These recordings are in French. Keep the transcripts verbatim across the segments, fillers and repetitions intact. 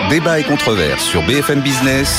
Débat et controverse sur B F M Business.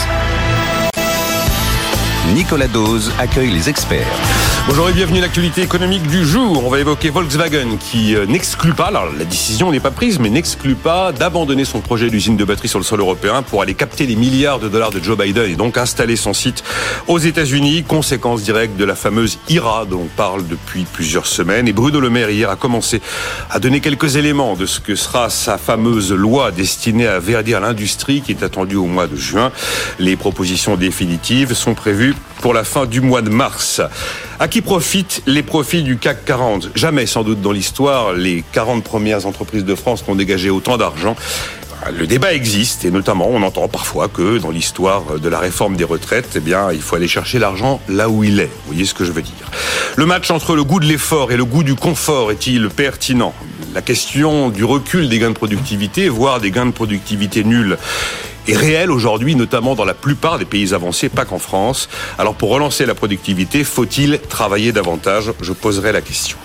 Nicolas Dose accueille les experts. Bonjour et bienvenue à l'actualité économique du jour. On va évoquer Volkswagen qui n'exclut pas, alors la décision n'est pas prise, mais n'exclut pas d'abandonner son projet d'usine de batterie sur le sol européen pour aller capter les milliards de dollars de Joe Biden et donc installer son site aux États-Unis. Conséquence directe de la fameuse I R A dont on parle depuis plusieurs semaines. Et Bruno Le Maire hier a commencé à donner quelques éléments de ce que sera sa fameuse loi destinée à verdir l'industrie qui est attendue au mois de juin. Les propositions définitives sont prévues pour la fin du mois de mars. À qui profitent les profits du C A C quarante ? Jamais, sans doute, dans l'histoire, les quarante premières entreprises de France n'ont dégagé autant d'argent. Le débat existe et notamment, on entend parfois que dans l'histoire de la réforme des retraites, eh bien, il faut aller chercher l'argent là où il est. Vous voyez ce que je veux dire ? Le match entre le goût de l'effort et le goût du confort est-il pertinent ? La question du recul des gains de productivité, voire des gains de productivité nuls, est réelle aujourd'hui, notamment dans la plupart des pays avancés, pas qu'en France. Alors pour relancer la productivité, faut-il travailler davantage ? Je poserai la question.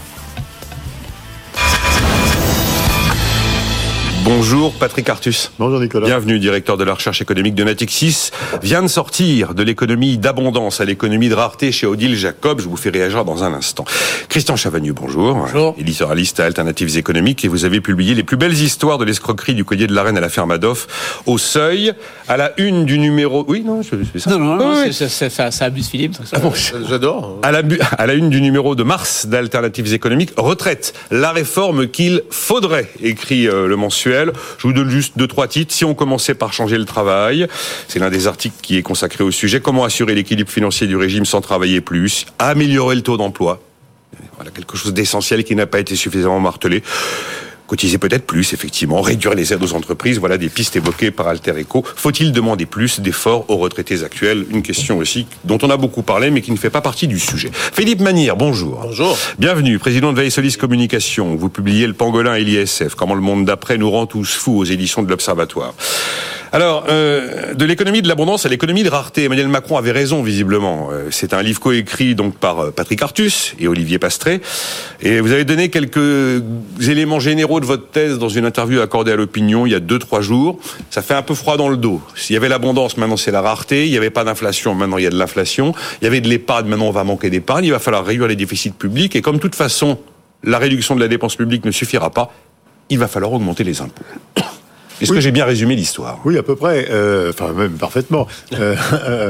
Bonjour Patrick Artus. Bonjour Nicolas. Bienvenue, directeur de la recherche économique de Natixis. Vient de sortir de l'économie d'abondance à l'économie de rareté chez Odile Jacob. Je vous fais réagir dans un instant. Christian Chavagneux, bonjour. Bonjour. Éditorialiste à Alternatives économiques et vous avez publié les plus belles histoires de l'escroquerie du collier de la reine à la ferme Madoff au Seuil. À la une du numéro... Oui, non, je fais ça. Non, non, non, oui, c'est, c'est, ça, ça abuse Philippe. Ça, ah bon, j'adore. À la, à la une du numéro de mars d'Alternatives économiques, retraite, la réforme qu'il faudrait, écrit euh, le mensuel. Je vous donne juste deux, trois titres. Si on commençait par changer le travail, c'est l'un des articles qui est consacré au sujet. Comment assurer l'équilibre financier du régime sans travailler plus ? Améliorer le taux d'emploi. Voilà, quelque chose d'essentiel qui n'a pas été suffisamment martelé. Cotiser peut-être plus, effectivement. Réduire les aides aux entreprises. Voilà des pistes évoquées par Alter Eco. Faut-il demander plus d'efforts aux retraités actuels ? Une question aussi dont on a beaucoup parlé, mais qui ne fait pas partie du sujet. Philippe Manière, bonjour. Bonjour. Bienvenue, président de Veille-Solis Communication. Vous publiez Le Pangolin et l'I S F. Comment le monde d'après nous rend tous fous aux éditions de l'Observatoire. Alors, euh, de l'économie de l'abondance à l'économie de rareté. Emmanuel Macron avait raison, visiblement. Euh, c'est un livre coécrit donc par Patrick Artus et Olivier Pastré. Et vous avez donné quelques éléments généraux de votre thèse dans une interview accordée à l'Opinion il y a deux, trois jours. Ça fait un peu froid dans le dos. S'il y avait l'abondance, maintenant c'est la rareté. Il n'y avait pas d'inflation, maintenant il y a de l'inflation. Il y avait de l'épargne, maintenant on va manquer d'épargne. Il va falloir réduire les déficits publics. Et comme de toute façon, la réduction de la dépense publique ne suffira pas, il va falloir augmenter les impôts. Est-ce oui. que j'ai bien résumé l'histoire ? Oui, à peu près. Euh, enfin, même parfaitement. Euh, euh,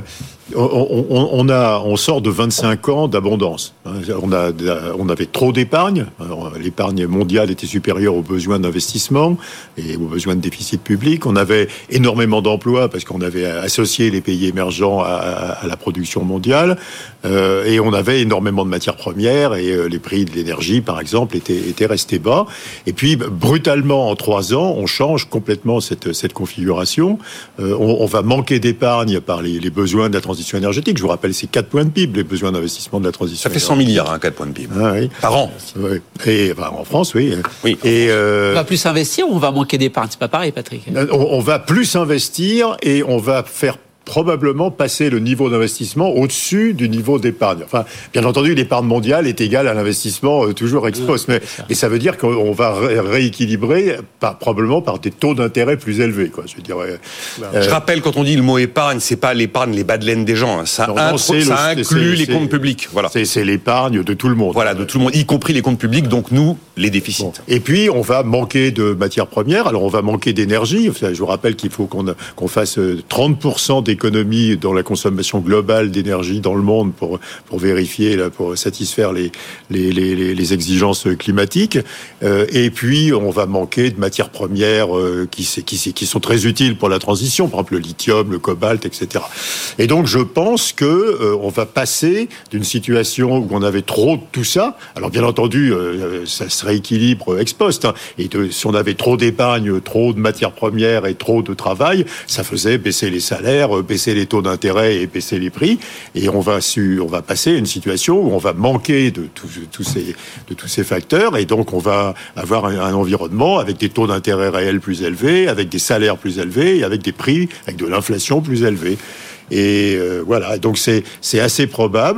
on, on, on, a, on sort de vingt-cinq ans d'abondance. On, a, on avait trop d'épargne. L'épargne mondiale était supérieure aux besoins d'investissement et aux besoins de déficit public. On avait énormément d'emplois parce qu'on avait associé les pays émergents à, à la production mondiale. Euh, et on avait énormément de matières premières et euh, les prix de l'énergie, par exemple, étaient, étaient restés bas. Et puis, brutalement, en trois ans, on change complètement cette, cette configuration. Euh, on, on va manquer d'épargne par les, les besoins de la transition énergétique. Je vous rappelle, c'est quatre points de P I B, les besoins d'investissement de la transition énergétique. Ça fait cent milliards, hein, quatre points de P I B. Ah, oui. Par an. Oui. Et enfin, en France, oui. oui. Et, euh, on va plus investir ou on va manquer d'épargne ? C'est pas pareil, Patrick. On, on va plus investir et on va faire probablement passer le niveau d'investissement au-dessus du niveau d'épargne. Enfin, bien entendu, l'épargne mondiale est égale à l'investissement euh, toujours ex post, mais, mais ça veut dire qu'on va ré- rééquilibrer par, probablement par des taux d'intérêt plus élevés, quoi. Je veux dire. Euh, Je rappelle, quand on dit le mot épargne, c'est pas l'épargne, les bas de laine des gens. Hein. Ça, non, intro- non, c'est ça le, inclut c'est, les comptes publics. Voilà. C'est, c'est l'épargne de tout le monde. Voilà, de tout le monde, y compris les comptes publics. Donc nous, les déficits. Bon. Et puis, on va manquer de matières premières. Alors, on va manquer d'énergie. Enfin, je vous rappelle qu'il faut qu'on, qu'on fasse trente pour cent d'économie dans la consommation globale d'énergie dans le monde pour pour vérifier là, pour satisfaire les les les, les exigences climatiques. Euh, et puis on va manquer de matières premières euh, qui qui qui sont très utiles pour la transition, par exemple le lithium, le cobalt, et cetera. Et donc je pense que euh, on va passer d'une situation où on avait trop de tout ça. Alors bien entendu, euh, ça se rééquilibre ex post. Hein, et de, si on avait trop d'épargne, trop de matières premières et trop de travail, ça faisait baisser les salaires, baisser les taux d'intérêt et baisser les prix, et on va, su, on va passer à une situation où on va manquer de, tout, de, tous ces, de tous ces facteurs, et donc on va avoir un, un environnement avec des taux d'intérêt réels plus élevés, avec des salaires plus élevés, et avec des prix, avec de l'inflation plus élevée. Et euh, voilà, donc c'est, c'est assez probable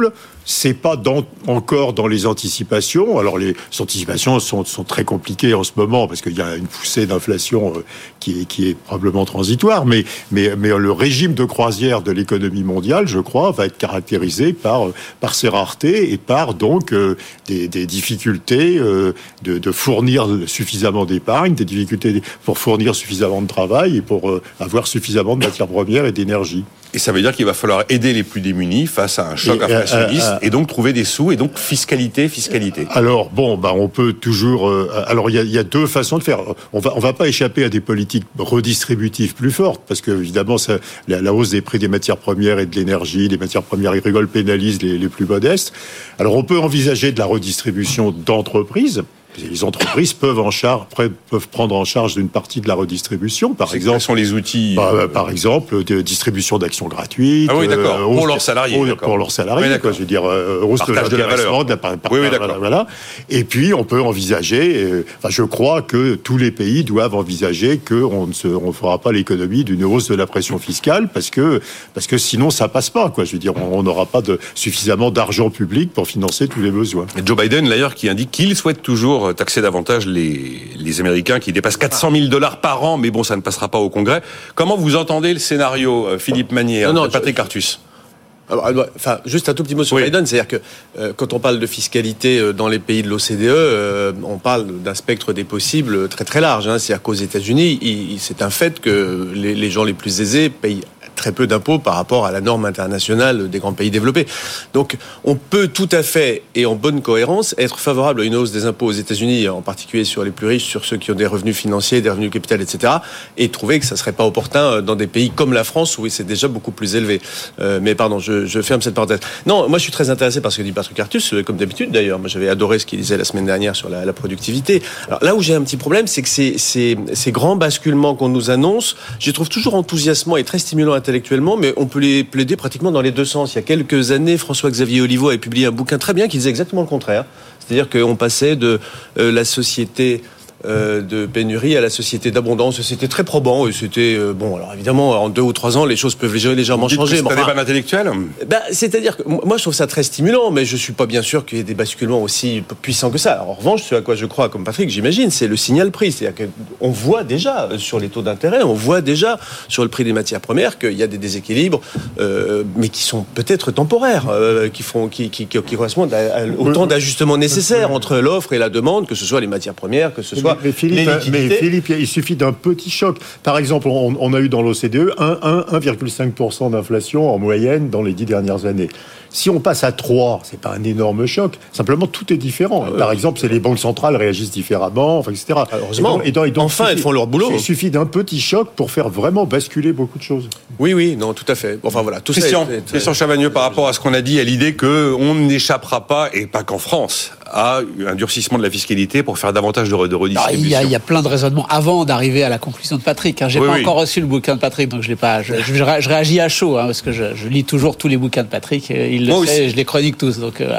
c'est pas dans, encore dans les anticipations. Alors les anticipations sont, sont très compliquées en ce moment parce qu'il y a une poussée d'inflation euh, qui, est, qui est probablement transitoire. Mais, mais, mais le régime de croisière de l'économie mondiale, je crois, va être caractérisé par, par ses raretés et par donc euh, des, des difficultés euh, de, de fournir suffisamment d'épargne, des difficultés pour fournir suffisamment de travail et pour euh, avoir suffisamment de matières premières et d'énergie. Et ça veut dire qu'il va falloir aider les plus démunis face à un choc et, inflationniste euh, euh, et donc trouver des sous et donc fiscalité, fiscalité. Alors bon, bah on peut toujours. Euh, alors il y a, y a deux façons de faire. On va on va pas échapper à des politiques redistributives plus fortes parce que évidemment ça, la, la hausse des prix des matières premières et de l'énergie, les matières premières agricoles pénalisent les, les plus modestes. Alors on peut envisager de la redistribution d'entreprises. Les entreprises peuvent, en charge, peuvent prendre en charge une partie de la redistribution, par C'est exemple. Quels sont les outils bah, euh... Par exemple, de distribution d'actions gratuites. Ah oui, d'accord. Euh, pour leurs salariés. Pour, pour leurs salariés, oui, quoi. Je veux dire, euh, hausse partage de la valeur. De la, par, oui, oui, par, d'accord. Voilà. Et puis, on peut envisager. Euh, enfin, je crois que tous les pays doivent envisager qu'on ne se, on fera pas l'économie d'une hausse de la pression fiscale parce que, parce que sinon, ça passe pas, quoi. Je veux dire, on n'aura pas de, suffisamment d'argent public pour financer tous les besoins. Et Joe Biden, d'ailleurs, qui indique qu'il souhaite toujours taxer davantage Les, les Américains qui dépassent quatre cent mille dollars par an, mais bon, ça ne passera pas au Congrès. Comment vous entendez le scénario, Philippe Manière, non, non, Patrick je... Artus? Alors, enfin, juste un tout petit mot sur oui. Biden, c'est-à-dire que euh, quand on parle de fiscalité euh, dans les pays de l'O C D E, euh, on parle d'un spectre des possibles très très large. Hein. C'est-à-dire qu'aux États-Unis, il, c'est un fait que les, les gens les plus aisés payent très peu d'impôts par rapport à la norme internationale des grands pays développés. Donc, on peut tout à fait, et en bonne cohérence, être favorable à une hausse des impôts aux États-Unis, en particulier sur les plus riches, sur ceux qui ont des revenus financiers, des revenus capital, et cetera, et trouver que ça serait pas opportun dans des pays comme la France, où c'est déjà beaucoup plus élevé. Euh, mais pardon, je, je ferme cette parenthèse. Non, moi, je suis très intéressé par ce que dit Patrick Artus, comme d'habitude, d'ailleurs. Moi, j'avais adoré ce qu'il disait la semaine dernière sur la, la productivité. Alors, là où j'ai un petit problème, c'est que ces, ces, ces grands basculements qu'on nous annonce, je les trouve toujours enthousiasmants et très stimulants intellectuellement, mais on peut les plaider pratiquement dans les deux sens. Il y a quelques années, François-Xavier Oliveau avait publié un bouquin très bien qui disait exactement le contraire. C'est-à-dire qu'on passait de euh, la société euh, de pénurie à la société d'abondance. C'était très probant et c'était euh, bon. Alors évidemment, en deux ou trois ans, les choses peuvent légèrement changer. C'est un débat intellectuel. Ben, c'est-à-dire que moi, je trouve ça très stimulant, mais je suis pas bien sûr qu'il y ait des basculements aussi puissants que ça. Alors, en revanche, ce à quoi je crois, comme Patrick, j'imagine, c'est le signal prix. C'est-à-dire qu'on voit déjà sur les taux d'intérêt, on voit déjà sur le prix des matières premières qu'il y a des déséquilibres, euh, mais qui sont peut-être temporaires, euh, qui font, qui, qui, qui, qui correspondent à, à, au temps d'ajustement nécessaire entre l'offre et la demande, que ce soit les matières premières, que ce soit mais, mais Philippe, les liquidités. Mais Philippe, il suffit d'un petit choc. Par exemple, on, on a eu dans l'O C D E un virgule cinq pour cent d'inflation en moyenne dans les dix dernières années. Si on passe à trois, c'est pas un énorme choc. Simplement, tout est différent. Par exemple, c'est les banques centrales réagissent différemment, enfin, et cetera. Heureusement. Et donc, et donc, enfin, suffit, elles font leur boulot. Il suffit d'un petit choc pour faire vraiment basculer beaucoup de choses. Oui, oui, non, tout à fait. Enfin voilà, tout Christian, ça. Est, est, Christian Chavagneux, par rapport à ce qu'on a dit, à l'idée que on n'échappera pas, et pas qu'en France, à un durcissement de la fiscalité pour faire davantage de, de redistribution. Il y, a, il y a plein de raisonnements avant d'arriver à la conclusion de Patrick. Hein. J'ai oui, pas oui. encore reçu le bouquin de Patrick, donc je l'ai pas. Je, je, je réagis à chaud hein, parce que je, je lis toujours tous les bouquins de Patrick. Il le Moi sait, aussi. je les chronique tous. Donc, euh,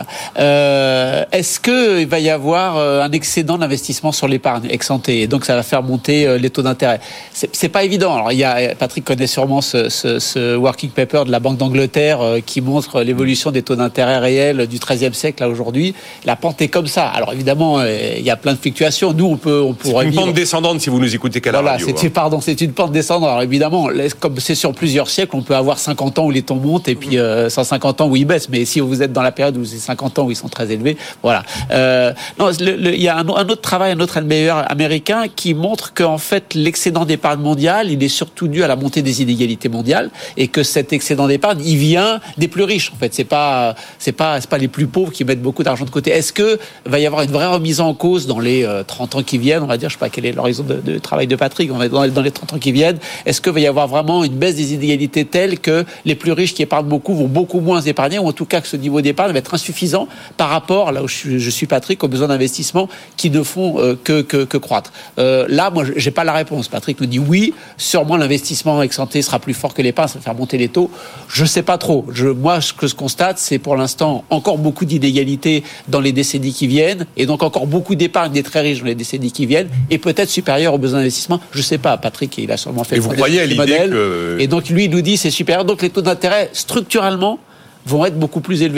euh, est-ce que il va y avoir euh, un excédent d'investissement sur l'épargne ex-ante et donc ça va faire monter euh, les taux d'intérêt? C'est, c'est pas évident. Alors il y a Patrick connaît sûrement ce, ce, ce working paper de la Banque d'Angleterre euh, qui montre l'évolution des taux d'intérêt réels du treizième siècle à aujourd'hui. La pente est comme ça. Alors évidemment, euh, il y a plein de fluctuations. Nous, on peut, on pourrait C'est une vivre... pente descendante si vous nous écoutez qu'à la voilà, radio. c'est, hein. pardon, c'est une pente descendante. Alors évidemment, comme c'est sur plusieurs siècles, on peut avoir cinquante ans où les taux montent et puis euh, cent cinquante ans où ils baissent. Mais si vous êtes dans la période où c'est cinquante ans où ils sont très élevés, voilà. Euh, non, le, le, il y a un, un autre travail, un autre meilleur américain qui montre qu'en fait l'excédent d'épargne mondiale, il est surtout dû à la montée des inégalités mondiales et que cet excédent d'épargne, il vient des plus riches. En fait, c'est pas, c'est pas, c'est pas les plus pauvres qui mettent beaucoup d'argent de côté. Est-ce que va y avoir une vraie remise en cause dans les euh, trente ans qui viennent? On va dire, je sais pas quel est l'horizon de, de travail de Patrick. On va dans, dans les trente ans qui viennent. Est-ce que va y avoir vraiment une baisse des inégalités telle que les plus riches qui épargnent beaucoup vont beaucoup moins épargner, ou en tout cas que ce niveau d'épargne va être insuffisant par rapport, là où je suis, je suis Patrick, aux besoins d'investissement qui ne font euh, que, que, que croître. Euh, là, moi, j'ai pas la réponse. Patrick nous dit oui, sûrement l'investissement ex-ante sera plus fort que l'épargne, ça va faire monter les taux. Je sais pas trop. Je, moi, ce que je constate, c'est pour l'instant encore beaucoup d'inégalités dans les décennies qui viennent, et donc encore beaucoup d'épargne des très riches dans les décennies qui viennent, et peut-être supérieur aux besoins d'investissement. Je sais pas. Patrick, il a sûrement fait. Et vous croyez à l'idée modèle, que... Et donc lui, il nous dit c'est supérieur. Donc les taux d'intérêt structurellement vont être beaucoup plus élevés.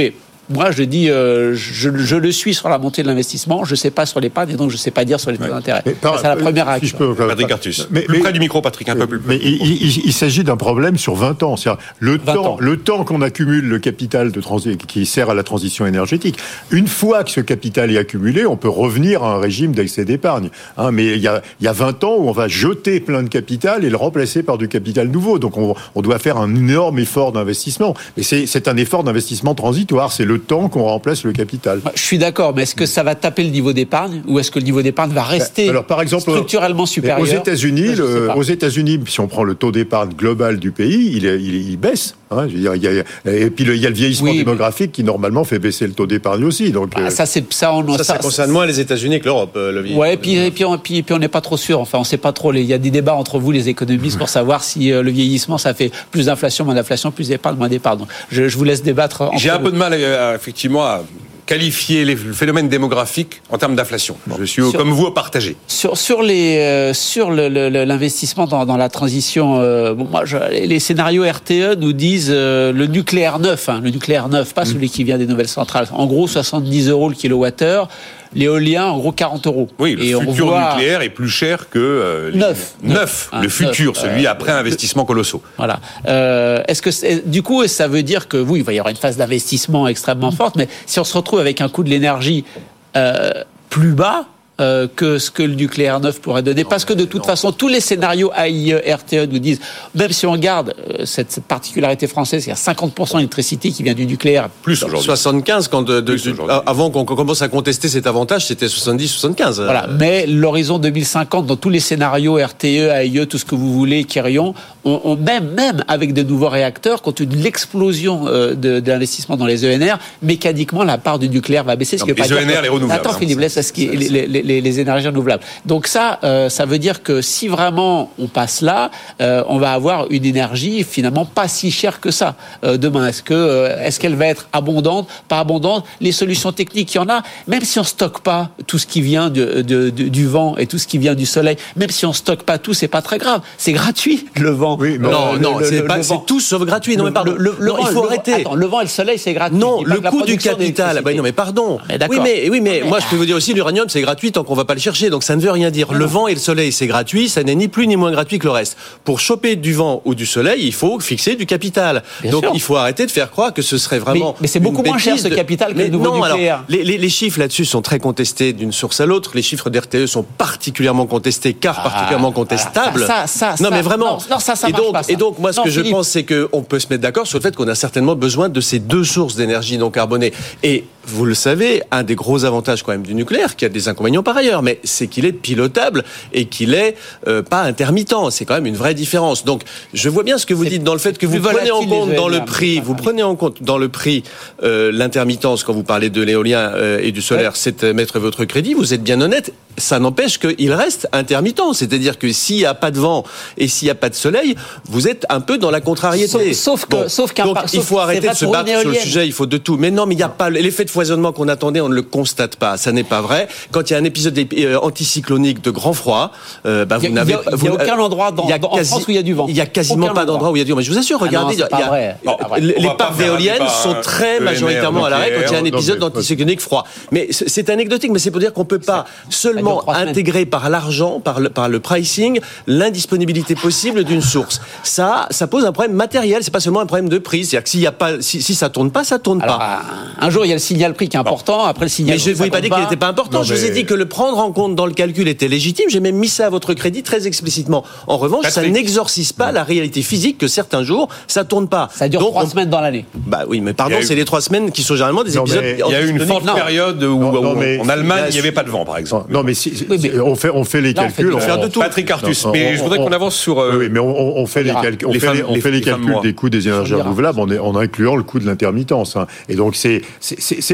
moi, je dis, euh, je, je le suis sur la montée de l'investissement, je ne sais pas sur l'épargne, et donc je ne sais pas dire sur les taux ouais. d'intérêt. C'est la première réaction. Si je peux, Patrick Artus. Mais, plus mais, près du micro, Patrick, un mais, peu plus. Mais il, il, il s'agit d'un problème sur vingt ans. C'est-à-dire le temps, ans. le temps qu'on accumule le capital de transi- qui sert à la transition énergétique. Une fois que ce capital est accumulé, on peut revenir à un régime d'excès d'épargne. Hein, mais il y a, il y a vingt ans où on va jeter plein de capital et le remplacer par du capital nouveau. Donc on, on doit faire un énorme effort d'investissement. Mais c'est, c'est un effort d'investissement transitoire. C'est le temps qu'on remplace le capital. Je suis d'accord, mais est-ce que ça va taper le niveau d'épargne ou est-ce que le niveau d'épargne va rester Alors, par exemple, structurellement supérieur? Aux États-Unis, le, aux États-Unis, si on prend le taux d'épargne global du pays, il, est, il, il baisse. Hein, je veux dire, il y a, et puis le, il y a le vieillissement oui, démographique mais... qui normalement fait baisser le taux d'épargne aussi. Donc bah, ça, c'est ça, on, ça, ça, ça concerne moins les États-Unis que l'Europe. Le vieillissement. Ouais, et puis et puis on, puis, puis on n'est pas trop sûr. Enfin, on sait pas trop. Il y a des débats entre vous, les économistes, pour savoir si euh, le vieillissement ça fait plus d'inflation, moins d'inflation, plus d'épargne, moins d'épargne. Donc, je, je vous laisse débattre. Entre J'ai un vous. peu de mal, à, effectivement, à qualifier les, le phénomène démographique en termes d'inflation. Bon, je suis sur, comme vous à partager. Sur, sur, les, euh, sur le, le, l'investissement dans, dans la transition, euh, bon, moi, je, les scénarios R T E nous disent euh, le nucléaire neuf, hein, le nucléaire neuf, pas mmh. celui qui vient des nouvelles centrales. En gros, soixante-dix euros le kilowattheure. L'éolien, en gros, quarante euros. Oui, le et futur voit... nucléaire est plus cher que... Euh, les... Neuf. Neuf. Hein, le futur, neuf. Celui euh, après euh, investissements colossaux. Voilà. Euh, est-ce que c'est... Du coup, ça veut dire que, oui, il va y avoir une phase d'investissement extrêmement forte, mais si on se retrouve avec un coût de l'énergie euh, plus bas, Euh, que ce que le nucléaire neuf pourrait donner, non, parce que de toute non. façon, tous les scénarios A I E, R T E nous disent, même si on garde euh, cette, cette particularité française, il y a cinquante pour cent d'électricité qui vient du nucléaire. Plus aujourd'hui. soixante-quinze, quand de, de, Plus de, avant qu'on commence à contester cet avantage, c'était soixante-dix, soixante-quinze. Voilà. Euh... Mais l'horizon deux mille cinquante, dans tous les scénarios R T E, A I E, tout ce que vous voulez, Kirion, on, on même, même avec de nouveaux réacteurs, compte tenu de l'explosion euh, de, de l'investissement dans les E N R, mécaniquement, la part du nucléaire va baisser. Ce non, qui les pas E N R, les renouvelables. Attends, Philippe, laisse ce qui est, les, les, les, les énergies renouvelables. Donc ça, euh, ça veut dire que si vraiment on passe là, euh, on va avoir une énergie finalement pas si chère que ça euh, demain. Est-ce que euh, est-ce qu'elle va être abondante, pas abondante? Les solutions techniques, il y en a. Même si on stocke pas tout ce qui vient de, de, de, du vent et tout ce qui vient du soleil, même si on stocke pas tout, c'est pas très grave. C'est gratuit le vent. Oui, non, euh, non, le, c'est, le, pas, le c'est tout sauf gratuit. Non, mais pardon. Le, le, non, il faut le arrêter. Vent, attends, le vent et le soleil, c'est gratuit. Non, le coût du capital. Bah, non, mais pardon. Mais oui, mais oui, mais, mais moi, je peux vous dire aussi, l'uranium, c'est gratuit tant qu'on va pas le chercher. Donc ça ne veut rien dire. Le vent et le soleil, c'est gratuit, ça n'est ni plus ni moins gratuit que le reste. Pour choper du vent ou du soleil, il faut fixer du capital. Bien Donc sûr. Il faut arrêter de faire croire que ce serait vraiment. Mais, mais c'est beaucoup moins cher ce capital que le nouveau non, nucléaire. Alors, les, les, les chiffres là-dessus sont très contestés d'une source à l'autre. Les chiffres d'R T E sont particulièrement contestés, car ah, particulièrement contestables. Ça, ça, ça, non, mais vraiment. Non, non ça, ça et, donc, pas, ça. et donc, moi, ce non, que Philippe. je pense, c'est qu'on peut se mettre d'accord sur le fait qu'on a certainement besoin de ces deux sources d'énergie non carbonée. Et vous le savez, un des gros avantages quand même du nucléaire, qui a des inconvénients par ailleurs, mais c'est qu'il est pilotable et qu'il est euh, pas intermittent. C'est quand même une vraie différence. Donc, je vois bien ce que vous c'est dites dans le fait que vous prenez en compte dans le prix, vous prenez en compte dans le prix euh, l'intermittence quand vous parlez de l'éolien euh, et du solaire, ouais. c'est mettre votre crédit. Vous êtes bien honnête. Ça n'empêche qu'il reste intermittent. C'est-à-dire que s'il n'y a pas de vent et s'il n'y a pas de soleil, vous êtes un peu dans la contrariété. Sauf, sauf que, bon. sauf qu'un Donc, par, il faut arrêter de se battre sur le sujet. Il faut de tout. Mais non, mais il n'y a pas l'effet de foisonnement qu'on attendait. On ne le constate pas. Ça n'est pas vrai. Quand il y a un épisode anticyclonique de grand froid, euh, bah, vous il y a, n'avez il y a aucun endroit dans, dans, quasi, en France où il y a du vent. Il n'y a quasiment aucun pas d'endroit où il y a du vent. Mais je vous assure, regardez, ah non, il y a, bon, les parcs éoliennes sont très majoritairement à l'arrêt quand il y a un épisode d'anticyclonique froid. Mais c'est anecdotique, mais c'est pour dire qu'on ne peut pas seulement intégrer par l'argent, par le, par le pricing, l'indisponibilité possible d'une source. Ça, ça pose un problème matériel. C'est pas seulement un problème de prix. C'est-à-dire que s'il y a pas, si, si ça tourne pas, ça tourne Alors, pas. Un jour, il y a le signal prix qui est important. Après le signal. Mais je ne vous ai pas dit qu'il n'était pas important. Non, je mais... vous ai dit que le prendre en compte dans le calcul était légitime. J'ai même mis ça à votre crédit très explicitement. En revanche, Patrick. Ça n'exorcise pas la réalité physique que certains jours, ça tourne pas. Ça dure Donc, trois on... semaines dans l'année. Bah oui, mais pardon, eu... c'est les trois semaines qui sont généralement des non, épisodes. Il y a eu une forte non. période où, non, non, mais... en Allemagne, il n'y avait pas de vent, par exemple. Non, mais, si, oui, mais... on fait on fait les Là, calculs. On fait de tout. Patrick Artus, non, mais on, je voudrais on, qu'on avance sur. Euh... Oui, mais on, on fait les, calc... on les, fait femmes, les, on les, fait les les calculs des coûts des énergies renouvelables en, en incluant le coût de l'intermittence. Hein. Et donc c'est, c'est, c'est, c'est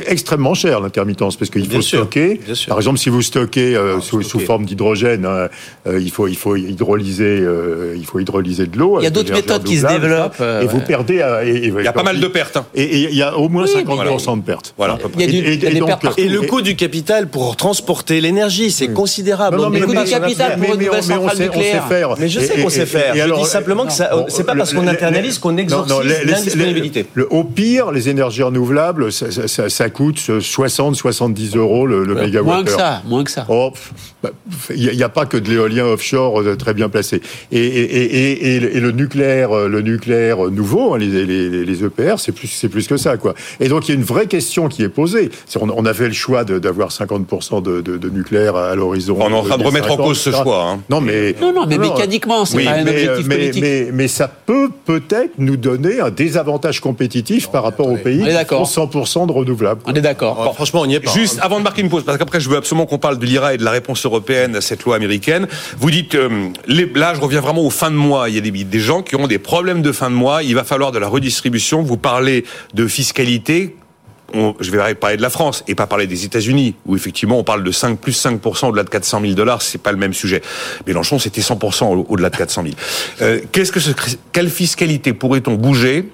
c'est extrêmement cher l'intermittence parce qu'il faut sûr, stocker. Par exemple, si vous stockez euh, ah, sous, stocker. sous forme d'hydrogène, hein, euh, il faut il faut hydrolyser euh, il faut hydrolyser de l'eau. Il y a d'autres méthodes qui se développent. Euh, et ouais. vous perdez. Euh, et, et, il y a pas mal de pertes. Hein. Et, et il y a au moins oui, cinquante pour cent de pertes. Voilà. Il y a du, et, et, et, donc, pertes et le coût du capital pour transporter l'énergie, c'est oui. considérable. Non, non, mais le coût du capital pour une nouvelle centrale nucléaire. Mais je sais qu'on sait faire. Je dis simplement que c'est pas parce qu'on internalise qu'on exorcise l'indisponibilité. Au pire, les énergies renouvelables, ça coûte soixante à soixante-dix euros le, le mégawattheure. Moins que ça, moins que ça. Oh, il bah, n'y a, a pas que de l'éolien offshore très bien placé. Et, et, et, et, et le nucléaire, le nucléaire nouveau, les, les, les E P R, c'est plus, c'est plus que ça, quoi. Et donc, il y a une vraie question qui est posée. C'est, on, on a fait le choix de, d'avoir cinquante pour cent de, de, de nucléaire à l'horizon. On est en train de remettre en cause ce choix. Hein. Non, mais, non, non, mais non, mécaniquement, c'est oui, pas un mais, objectif mais, politique. Mais, mais, mais ça peut peut-être nous donner un désavantage compétitif par rapport aux pays qui font cent pour cent de renouvelables. On est d'accord. Bon, franchement, on n'y est pas. Juste avant de marquer une pause, parce qu'après, je veux absolument qu'on parle de l'I R A et de la réponse européenne à cette loi américaine. Vous dites, euh, les, là, je reviens vraiment aux fins de mois. Il y a des, des gens qui ont des problèmes de fin de mois. Il va falloir de la redistribution. Vous parlez de fiscalité. On, je vais parler de la France et pas parler des États-Unis, où effectivement on parle de cinq plus cinq pour cent au-delà de quatre cent mille dollars, c'est pas le même sujet. Mélenchon, c'était cent pour cent au-delà de quatre cent mille. Euh, qu'est-ce que ce, quelle fiscalité pourrait-on bouger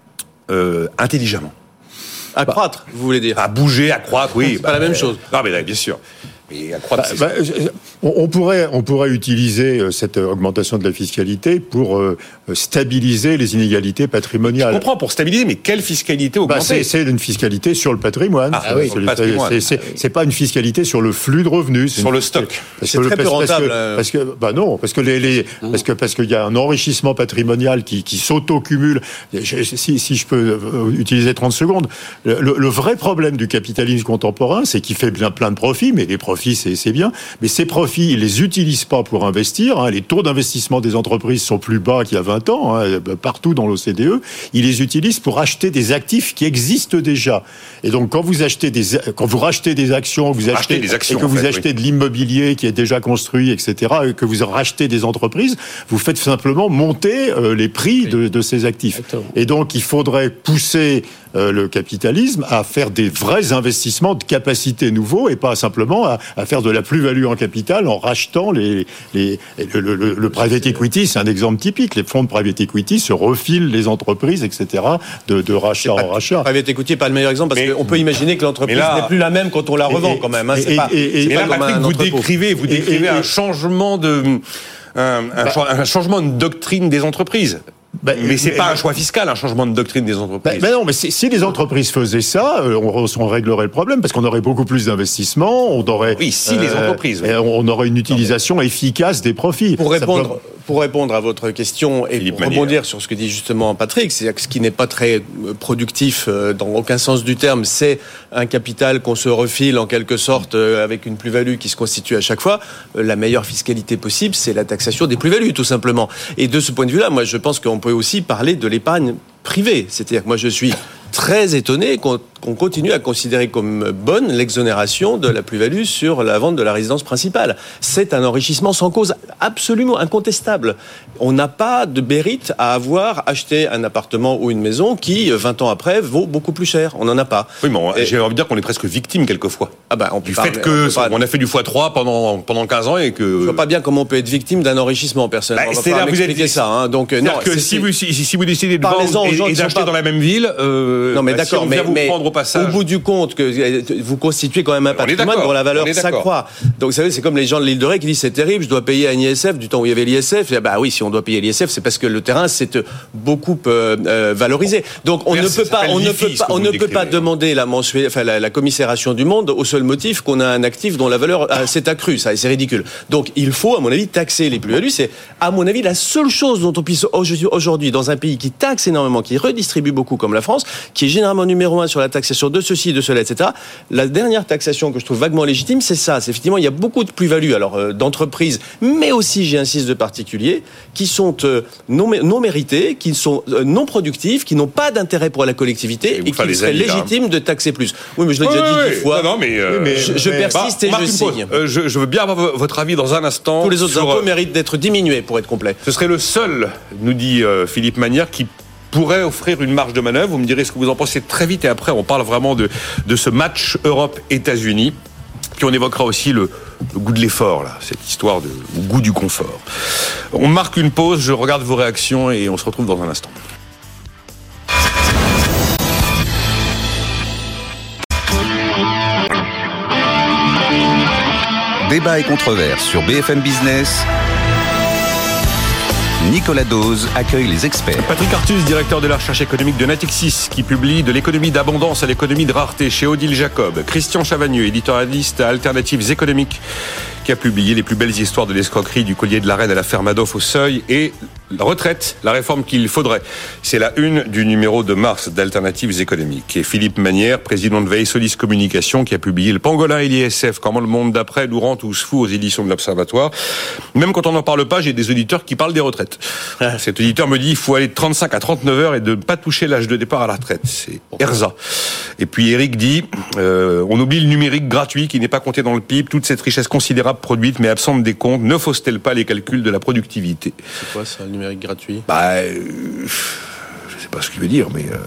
euh, intelligemment? Accroître, vous voulez dire? À bouger, accroître, oui. C'est bah, pas la même chose. Non, mais bien sûr. Et accroître, bah, bah, on, on pourrait, on pourrait utiliser cette augmentation de la fiscalité pour euh, stabiliser les inégalités patrimoniales. Je comprends, pour stabiliser, mais quelle fiscalité augmenter? bah, c'est, c'est une fiscalité sur le patrimoine. Ah, oui, sur le patrimoine. C'est, c'est, c'est pas une fiscalité sur le flux de revenus. C'est sur le stock. Parce c'est que très le, peu rentable. Parce que, parce que, bah non, parce que les, les parce que parce qu'il y a un enrichissement patrimonial qui, qui s'auto-cumule. Si, si je peux utiliser trente secondes, le, le, le vrai problème du capitalisme contemporain, c'est qu'il fait bien plein de profits, mais les profits C'est, c'est bien, mais ces profits, ils les utilisent pas pour investir. Hein. Les taux d'investissement des entreprises sont plus bas qu'il y a vingt ans, hein, partout dans l'O C D E. Ils les utilisent pour acheter des actifs qui existent déjà. Et donc, quand vous achetez des, quand vous rachetez des actions, vous achetez des actions, et que vous en fait, achetez oui. de l'immobilier qui est déjà construit, et cetera, et que vous rachetez des entreprises, vous faites simplement monter euh, les prix de, de ces actifs. Exactement. Et donc, il faudrait pousser euh, le capitalisme à faire des vrais investissements de capacité nouveaux et pas simplement à, à faire de la plus-value en capital en rachetant les, les le, le, le private equity, c'est un exemple typique. Les fonds de private equity se refilent les entreprises, et cetera, de, de rachat en rachat. Private equity n'est pas le meilleur exemple parce qu'on peut imaginer que l'entreprise là, n'est plus la même quand on la revend et, quand même. Hein, c'est et, pas, et, c'est et pas là, Patrick, vous décrivez, vous décrivez et, et, un changement de un, un, bah, un changement de doctrine des entreprises. Ben, mais c'est mais, pas un choix fiscal, un changement de doctrine des entreprises. Ben, ben non, mais si, si les entreprises faisaient ça, on, on réglerait le problème parce qu'on aurait beaucoup plus d'investissements, on aurait. Oui, si euh, les entreprises. Oui. On aurait une utilisation non, mais... efficace des profits. Pour répondre, peut... pour répondre à votre question et Philippe pour Manière. rebondir sur ce que dit justement Patrick, c'est-à-dire que ce qui n'est pas très productif dans aucun sens du terme, c'est un capital qu'on se refile en quelque sorte avec une plus-value qui se constitue à chaque fois. La meilleure fiscalité possible, c'est la taxation des plus-values, tout simplement. Et de ce point de vue-là, moi, je pense qu'on peut aussi parler de l'épargne privée. C'est-à-dire que moi, je suis très étonné qu'on, qu'on continue à considérer comme bonne l'exonération de la plus-value sur la vente de la résidence principale. C'est un enrichissement sans cause absolument incontestable. On n'a pas de mérite à avoir acheté un appartement ou une maison qui, vingt ans après, vaut beaucoup plus cher. On n'en a pas. Oui, mais on, Et... j'ai envie de dire qu'on est presque victime quelquefois. Ah ben, on du peut fait pas, que on, pas... on a fait du fois trois pendant, pendant quinze ans et que... Je vois pas bien comment on peut être victime d'un enrichissement personnel. Bah, on va c'est pas là m'expliquer vous êtes... ça. Hein. Donc, non, que c'est, si, vous, si, si vous décidez de vendre et, et d'acheter pas... dans la même ville, euh, non mais bah, d'accord, si on mais, vient vous mais prendre au passage... au bout du compte, que vous constituez quand même un patrimoine dont la valeur s'accroît. Donc vous savez, c'est comme les gens de l'île de Ré qui disent c'est terrible, je dois payer un I S F du temps où il y avait l'I S F. Et bah oui, si on doit payer l'I S F, c'est parce que le terrain s'est beaucoup euh, euh, valorisé. Donc on Merci, ne peut pas, on ne peut pas, on ne peut pas demander la, mensuelle, enfin, la, la commisération du monde au seul motif qu'on a un actif dont la valeur euh, s'est accrue. Ça, c'est ridicule. Donc il faut, à mon avis, taxer les plus-values. C'est, à mon avis, la seule chose dont on puisse aujourd'hui, dans un pays qui taxe énormément, qui redistribue beaucoup comme la France, qui est généralement numéro un sur la taxation de ceci, de cela, et cetera. La dernière taxation que je trouve vaguement légitime, c'est ça. C'est effectivement, il y a beaucoup de plus-values, alors euh, d'entreprises, mais aussi, j'insiste, de particuliers, qui sont euh, non, non mérités, qui sont euh, non productifs, qui n'ont pas d'intérêt pour la collectivité et, et qu'il serait légitime de taxer plus. Oui, mais je l'ai oui, déjà dit oui, dix fois. Non, non, mais, euh, mais je, je mais, persiste bah, et je signe. Euh, je, je veux bien avoir votre avis dans un instant. Tous les autres sur, impôts méritent d'être diminués pour être complet. Ce serait le seul, nous dit euh, Philippe Manière, qui pourrait offrir une marge de manœuvre. Vous me direz ce que vous en pensez très vite et après on parle vraiment de, de ce match Europe-États-Unis. Puis on évoquera aussi le, le goût de l'effort, là, cette histoire de le goût du confort. On marque une pause, je regarde vos réactions et on se retrouve dans un instant. Débat et controverse sur B F M Business. Nicolas Dose accueille les experts. Patrick Artus, directeur de la recherche économique de Natixis, qui publie De l'économie d'abondance à l'économie de rareté chez Odile Jacob. Christian Chavagneux, éditorialiste à Alternatives économiques, qui a publié Les plus belles histoires de l'escroquerie du collier de la reine à l'affaire Madoff au seuil et la retraite, la réforme qu'il faudrait. C'est la une du numéro de mars d'Alternatives économiques. Et Philippe Manière, président de Veille Solis Communication, qui a publié Le Pangolin et l'I S F, comment le monde d'après nous rend tous fous aux éditions de l'Observatoire. Même quand on n'en parle pas, j'ai des auditeurs qui parlent des retraites. Cet auditeur me dit il faut aller de trente-cinq à trente-neuf heures et de ne pas toucher l'âge de départ à la retraite. C'est Erza. Et puis Eric dit euh, on oublie le numérique gratuit qui n'est pas compté dans le P I B. Toute cette richesse considérable produite mais absente des comptes. Ne fausse-t-elle pas les calculs de la productivité? C'est quoi ça, le numérique gratuit? Bah, euh, je sais pas ce qu'il veut dire, mais euh,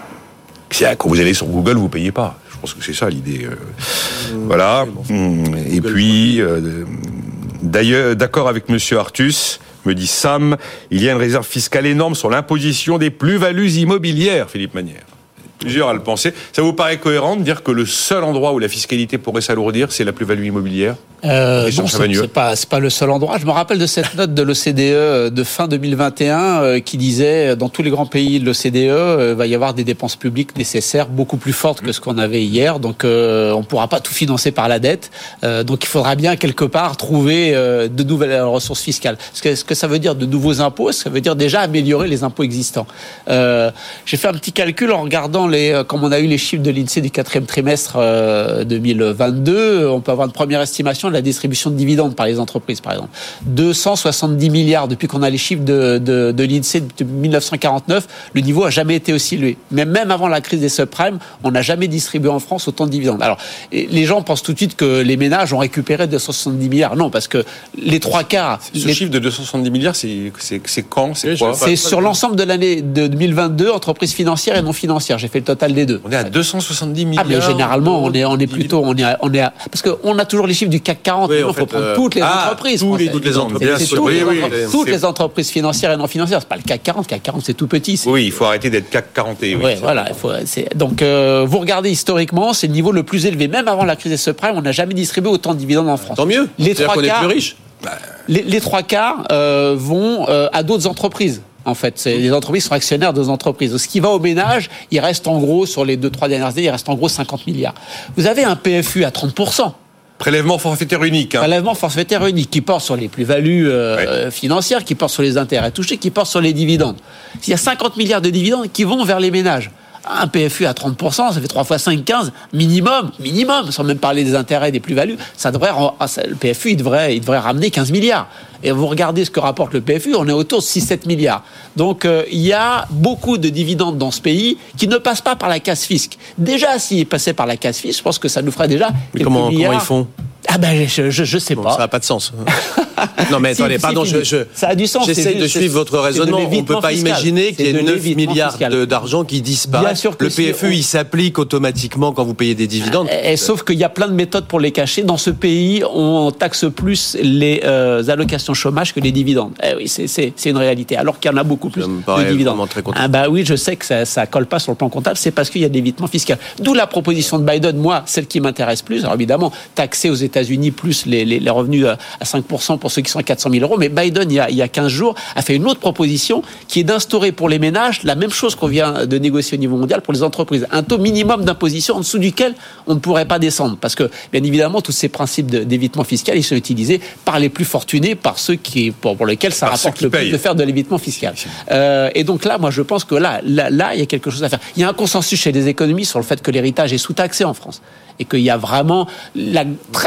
c'est, quand vous allez sur Google, vous payez pas. Je pense que c'est ça l'idée. Euh, mmh, voilà. Bon, et Google puis, euh, d'ailleurs, d'accord avec Monsieur Artus. Me dit Sam, il y a une réserve fiscale énorme sur l'imposition des plus-values immobilières, Philippe Manière. Plusieurs à le penser. Ça vous paraît cohérent de dire que le seul endroit où la fiscalité pourrait s'alourdir, c'est la plus-value immobilière? Euh, non, c'est, c'est pas, c'est pas le seul endroit. Je me rappelle de cette note de l'O C D E de fin deux mille vingt et un euh, qui disait dans tous les grands pays de l'O C D E, euh, va y avoir des dépenses publiques nécessaires beaucoup plus fortes que ce qu'on avait hier. Donc, euh, on pourra pas tout financer par la dette. Euh, donc, il faudra bien quelque part trouver euh, de nouvelles ressources fiscales. Ce que, ce que ça veut dire de nouveaux impôts, ça veut dire déjà améliorer les impôts existants. Euh, j'ai fait un petit calcul en regardant les, comme on a eu les chiffres de l'INSEE du quatrième trimestre euh, deux mille vingt-deux, on peut avoir une première estimation de la distribution de dividendes par les entreprises, par exemple. deux cent soixante-dix milliards depuis qu'on a les chiffres de, de, de l'INSEE depuis dix-neuf cent quarante-neuf, le niveau a jamais été aussi élevé. Mais même avant la crise des subprimes, on n'a jamais distribué en France autant de dividendes. Alors, les gens pensent tout de suite que les ménages ont récupéré deux cent soixante-dix milliards. Non, parce que les trois quarts... Ce les... chiffre de deux cent soixante-dix milliards, c'est, c'est, c'est quand? C'est quoi? C'est sur l'ensemble de l'année de deux mille vingt-deux, entreprises financières et non financières. J'ai fait le total des deux. On est à deux cent soixante-dix milliards. Ah, mais généralement, on est, on est plutôt, on est, à, on est à, parce qu'on a toujours les chiffres du C A C quarante. Oui, il faut fait, prendre euh, toutes les ah, entreprises. Tous les, toutes les entreprises. C'est, c'est toutes, oui, les, oui, entreprises. toutes les entreprises financières et non financières. C'est pas le C A C quarante. Le C A C quarante, le C A C quarante, c'est tout petit. C'est... Oui, il faut arrêter d'être C A C quarante. Oui, voilà. Il faut, c'est, donc, euh, vous regardez historiquement, c'est le niveau le plus élevé. Même avant la crise des subprimes, on n'a jamais distribué autant de dividendes en France. Tant mieux. Les C'est-à-dire trois qu'on quarts, est plus riche. Les, les trois quarts euh, vont euh, à d'autres entreprises. En fait, c'est, les entreprises sont actionnaires de entreprises. Ce qui va au ménage, il reste en gros, sur les deux, trois dernières années, il reste en gros cinquante milliards. Vous avez un P F U à trente pour cent. Prélèvement forfaitaire unique. Hein. Prélèvement forfaitaire unique qui porte sur les plus-values euh, ouais. financières, qui porte sur les intérêts touchés, qui porte sur les dividendes. Il y a cinquante milliards de dividendes qui vont vers les ménages. Un P F U à trente pour cent, ça fait trois fois cinq, quinze, minimum, minimum, sans même parler des intérêts et des plus-values. Ça devrait, le P F U, il devrait, il devrait ramener quinze milliards. Et vous regardez ce que rapporte le P F U, on est autour de six à sept milliards. Donc, euh, il y a beaucoup de dividendes dans ce pays qui ne passent pas par la case fisc. Déjà, s'ils passaient par la case fisc, je pense que ça nous ferait déjà mais quelques comment, milliards. Comment ils font? Ah ben, je, je, je sais bon, pas. Ça n'a pas de sens. Non mais attendez, si, pardon, si, je, je, ça a du sens. J'essaie de suivre votre raisonnement. On ne peut pas fiscal. imaginer qu'il y ait neuf milliards de, d'argent qui disparaissent. Le P F U, on... il s'applique automatiquement quand vous payez des dividendes. Et, et, sauf qu'il y a plein de méthodes pour les cacher. Dans ce pays, on taxe plus les euh, allocations chômage que les dividendes. Eh oui, c'est, c'est, c'est une réalité. Alors qu'il y en a beaucoup plus de dividendes. Très ah bah oui, je sais que ça, ça colle pas sur le plan comptable. C'est parce qu'il y a de l'évitement fiscal. D'où la proposition de Biden. Moi, celle qui m'intéresse plus. Alors évidemment, taxer aux États-Unis plus les, les, les revenus à cinq pour cent pour ceux qui sont à quatre cent mille euros. Mais Biden, il y, a, il y a quinze jours, a fait une autre proposition qui est d'instaurer pour les ménages la même chose qu'on vient de négocier au niveau mondial pour les entreprises. Un taux minimum d'imposition en dessous duquel on ne pourrait pas descendre. Parce que, bien évidemment, tous ces principes de, d'évitement fiscal, ils sont utilisés par les plus fortunés, par ceux qui, pour, pour lesquels ça par rapporte le plus de faire de l'évitement fiscal. Euh, et donc là, moi, je pense que là, là, là, il y a quelque chose à faire. Il y a un consensus chez les économistes sur le fait que l'héritage est sous-taxé en France. Et qu'il y a vraiment la très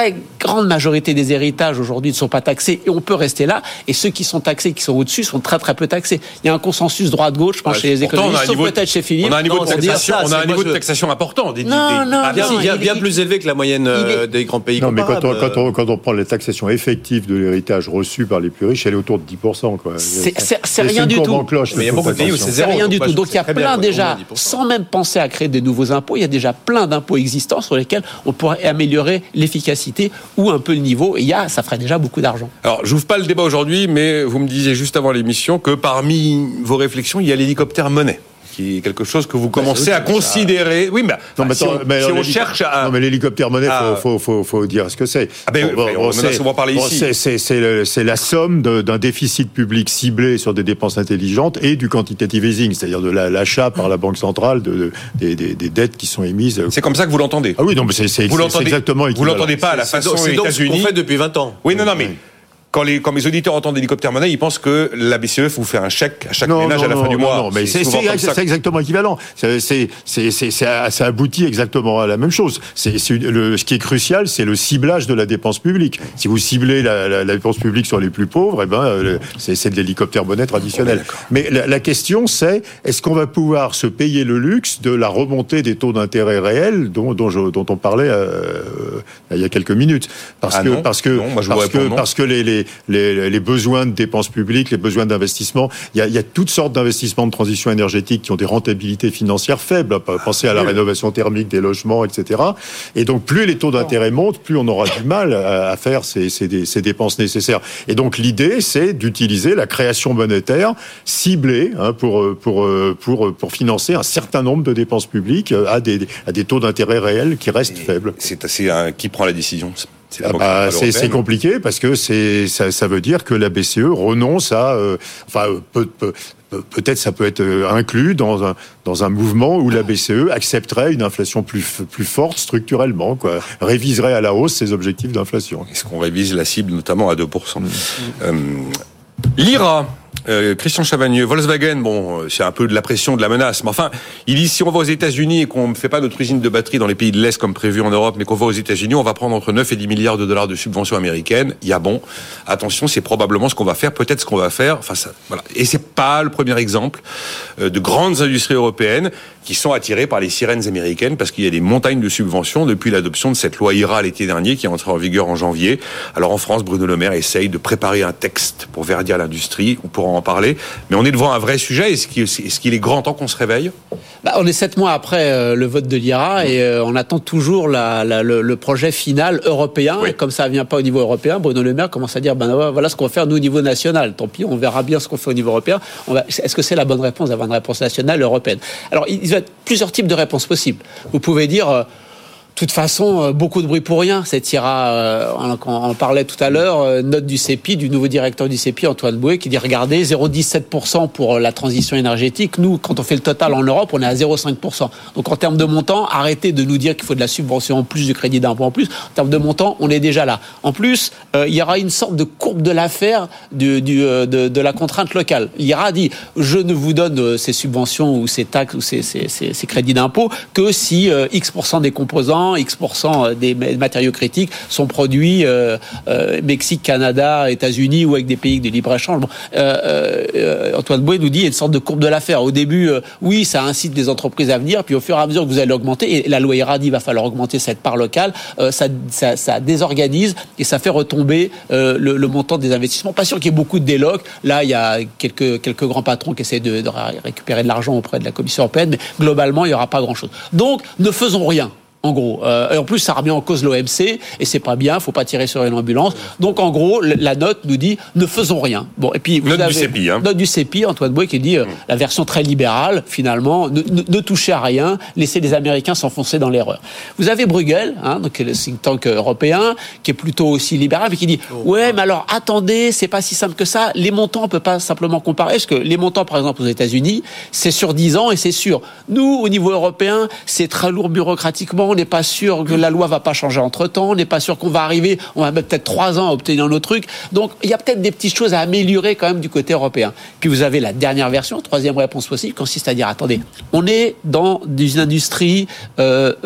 grande majorité des héritages aujourd'hui ne sont pas taxés et on peut rester là. Et ceux qui sont taxés, qui sont au-dessus, sont très très peu taxés. Il y a un consensus droite-gauche, je pense, ouais, chez les économistes, sauf peut-être chez Philippe. On a un niveau non, de taxation, ça, on a un niveau de je... taxation important. Des, non, des, non, ah, bien, non, bien, il, bien il, plus élevé que la moyenne est, des grands pays. Non, mais quand on, euh... quand, on, quand on prend la taxation effective de l'héritage reçu par les plus riches, elle est autour de dix pour cent. Quoi. C'est, c'est, c'est rien du tout. Cloche, mais il y a beaucoup de pays où c'est zéro. C'est rien du tout. Donc il y a plein déjà, sans même penser à créer de nouveaux impôts, il y a déjà plein d'impôts existants sur lesquels on pourrait améliorer l'efficacité ou un peu le niveau. Et il y a, ça ferait déjà beaucoup d'argent. Alors, j'ouvre pas le débat aujourd'hui, mais vous me disiez juste avant l'émission que parmi vos réflexions, il y a l'hélicoptère monnaie, qui est quelque chose que vous commencez bah, à considérer. Ça. Oui, mais, non, mais si attends, on, mais si on cherche à... Non, mais l'hélicoptère monnaie, il à... faut, faut, faut, faut dire ce que c'est. Ah ben, bon, on, c'est, on va parler bon, ici. C'est, c'est, c'est, le, c'est la somme de, d'un déficit public ciblé sur des dépenses intelligentes et du quantitative easing, c'est-à-dire de la, l'achat par la Banque centrale de, de, des, des, des dettes qui sont émises. C'est comme ça que vous l'entendez. Ah oui, non, mais c'est, c'est, vous c'est exactement équivalent. Vous l'entendez pas à la c'est, façon c'est donc États-Unis. C'est ce qu'on fait depuis vingt ans. Oui, non, non, mais... Quand les, quand mes auditeurs entendent l'hélicoptère monnaie, ils pensent que la B C E vous fait un chèque à chaque non, ménage non, à la non, fin du non, mois. Non, mais c'est, c'est, c'est, c'est exactement équivalent. C'est, c'est, c'est, c'est, c'est, ça aboutit exactement à la même chose. C'est, c'est le, ce qui est crucial, c'est le ciblage de la dépense publique. Si vous ciblez la, la, la dépense publique sur les plus pauvres, eh ben, le, c'est, c'est de l'hélicoptère monnaie traditionnel. Oh, mais la, la question, c'est est-ce qu'on va pouvoir se payer le luxe de la remontée des taux d'intérêt réels dont, dont, je, dont on parlait euh, il y a quelques minutes, parce ah que non, parce que non, moi je parce que non. parce que les les les, les besoins de dépenses publiques, les besoins d'investissement. Il y a, il y a toutes sortes d'investissements de transition énergétique qui ont des rentabilités financières faibles. Pensez à la rénovation thermique des logements, et cetera. Et donc, plus les taux d'intérêt montent, plus on aura du mal à faire ces, ces, ces dépenses nécessaires. Et donc, l'idée, c'est d'utiliser la création monétaire ciblée hein, pour, pour, pour, pour financer un certain nombre de dépenses publiques à des, à des taux d'intérêt réels qui restent Et faibles. C'est assez... Hein, qui prend la décision ? C'est, ah bah, c'est, c'est compliqué parce que c'est, ça, ça veut dire que la B C E renonce à... Euh, enfin, peut, peut, peut-être ça peut être inclus dans un, dans un mouvement où la B C E accepterait une inflation plus, plus forte structurellement, quoi, réviserait à la hausse ses objectifs d'inflation. Est-ce qu'on révise la cible notamment à deux pour cent ? mmh. euh, L'I R A, euh, Christian Chavagneux, Volkswagen, bon, c'est un peu de la pression, de la menace, mais enfin, il dit si on va aux États-Unis et qu'on ne fait pas notre usine de batterie dans les pays de l'Est comme prévu en Europe, mais qu'on va aux États-Unis, on va prendre entre neuf et dix milliards de dollars de subventions américaines. Il y a bon, attention, c'est probablement ce qu'on va faire, peut-être ce qu'on va faire. Enfin, ça, voilà. Et c'est pas le premier exemple euh, de grandes industries européennes qui sont attirées par les sirènes américaines parce qu'il y a des montagnes de subventions depuis l'adoption de cette loi I R A l'été dernier qui est entrée en vigueur en janvier. Alors en France, Bruno Le Maire essaye de préparer un texte pour verdir l'industrie, on pourra en parler, mais on est devant un vrai sujet. Est-ce qu'il, est-ce qu'il est grand temps qu'on se réveille ? Bah, on est sept mois après euh, le vote de l'I R A et euh, on attend toujours la, la, le, le projet final européen. Oui. Et comme ça ne vient pas au niveau européen, Bruno Le Maire commence à dire ben, voilà ce qu'on va faire nous au niveau national. Tant pis, on verra bien ce qu'on fait au niveau européen. On va, est-ce que c'est la bonne réponse d'avoir une réponse nationale européenne ? Alors, il y a plusieurs types de réponses possibles. Vous pouvez dire... Euh, De toute façon, beaucoup de bruit pour rien. Cette I R A, euh, on en parlait tout à l'heure, euh, note du C E P I, du nouveau directeur du C E P I, Antoine Bouet, qui dit regardez, zéro virgule dix-sept pour cent pour la transition énergétique. Nous, quand on fait le total en Europe, on est à zéro virgule cinq pour cent. Donc en termes de montant, arrêtez de nous dire qu'il faut de la subvention en plus, du crédit d'impôt en plus. En termes de montant, on est déjà là. En plus, euh, il y aura une sorte de courbe de l'affaire du, du, euh, de, de la contrainte locale. L'I R A dit je ne vous donne euh, ces subventions ou ces taxes ou ces, ces, ces, ces crédits d'impôt que si euh, X pour cent des composants, X pour cent des matériaux critiques sont produits euh, euh, Mexique, Canada, États-Unis ou avec des pays de libre-échange. Bon, euh, euh, Antoine Bouet nous dit il y a une sorte de courbe de l'affaire. Au début, euh, oui, ça incite les entreprises à venir, puis au fur et à mesure que vous allez augmenter, et la loi I R A dit il va falloir augmenter cette part locale, euh, ça, ça, ça désorganise et ça fait retomber euh, le, le montant des investissements. Pas sûr qu'il y ait beaucoup de délocs. Là, il y a quelques, quelques grands patrons qui essaient de, de récupérer de l'argent auprès de la Commission européenne, mais globalement, il n'y aura pas grand-chose. Donc, ne faisons rien. En gros, euh, et en plus ça remet en cause l'O M C et c'est pas bien, faut pas tirer sur une ambulance. Donc en gros, la note nous dit ne faisons rien. Bon, et puis vous note avez, du C E P I, hein. Note du C E P I, Antoine Bouet qui dit euh, mmh. la version très libérale finalement, ne, ne, ne touchez à rien, laissez les Américains s'enfoncer dans l'erreur. Vous avez Bruegel, hein, donc le think tank européen, qui est plutôt aussi libéral, mais qui dit oh, ouais, mais alors attendez, c'est pas si simple que ça. Les montants, on peut pas simplement comparer, parce que les montants, par exemple aux États-Unis, c'est sur dix ans et c'est sûr. Nous, au niveau européen, c'est très lourd bureaucratiquement, on n'est pas sûr que la loi va pas changer entre-temps, on n'est pas sûr qu'on va arriver, on va mettre peut-être trois ans à obtenir nos trucs. Donc, il y a peut-être des petites choses à améliorer quand même du côté européen. Puis vous avez la dernière version, troisième réponse possible, consiste à dire, attendez, on est dans une industrie euh, euh,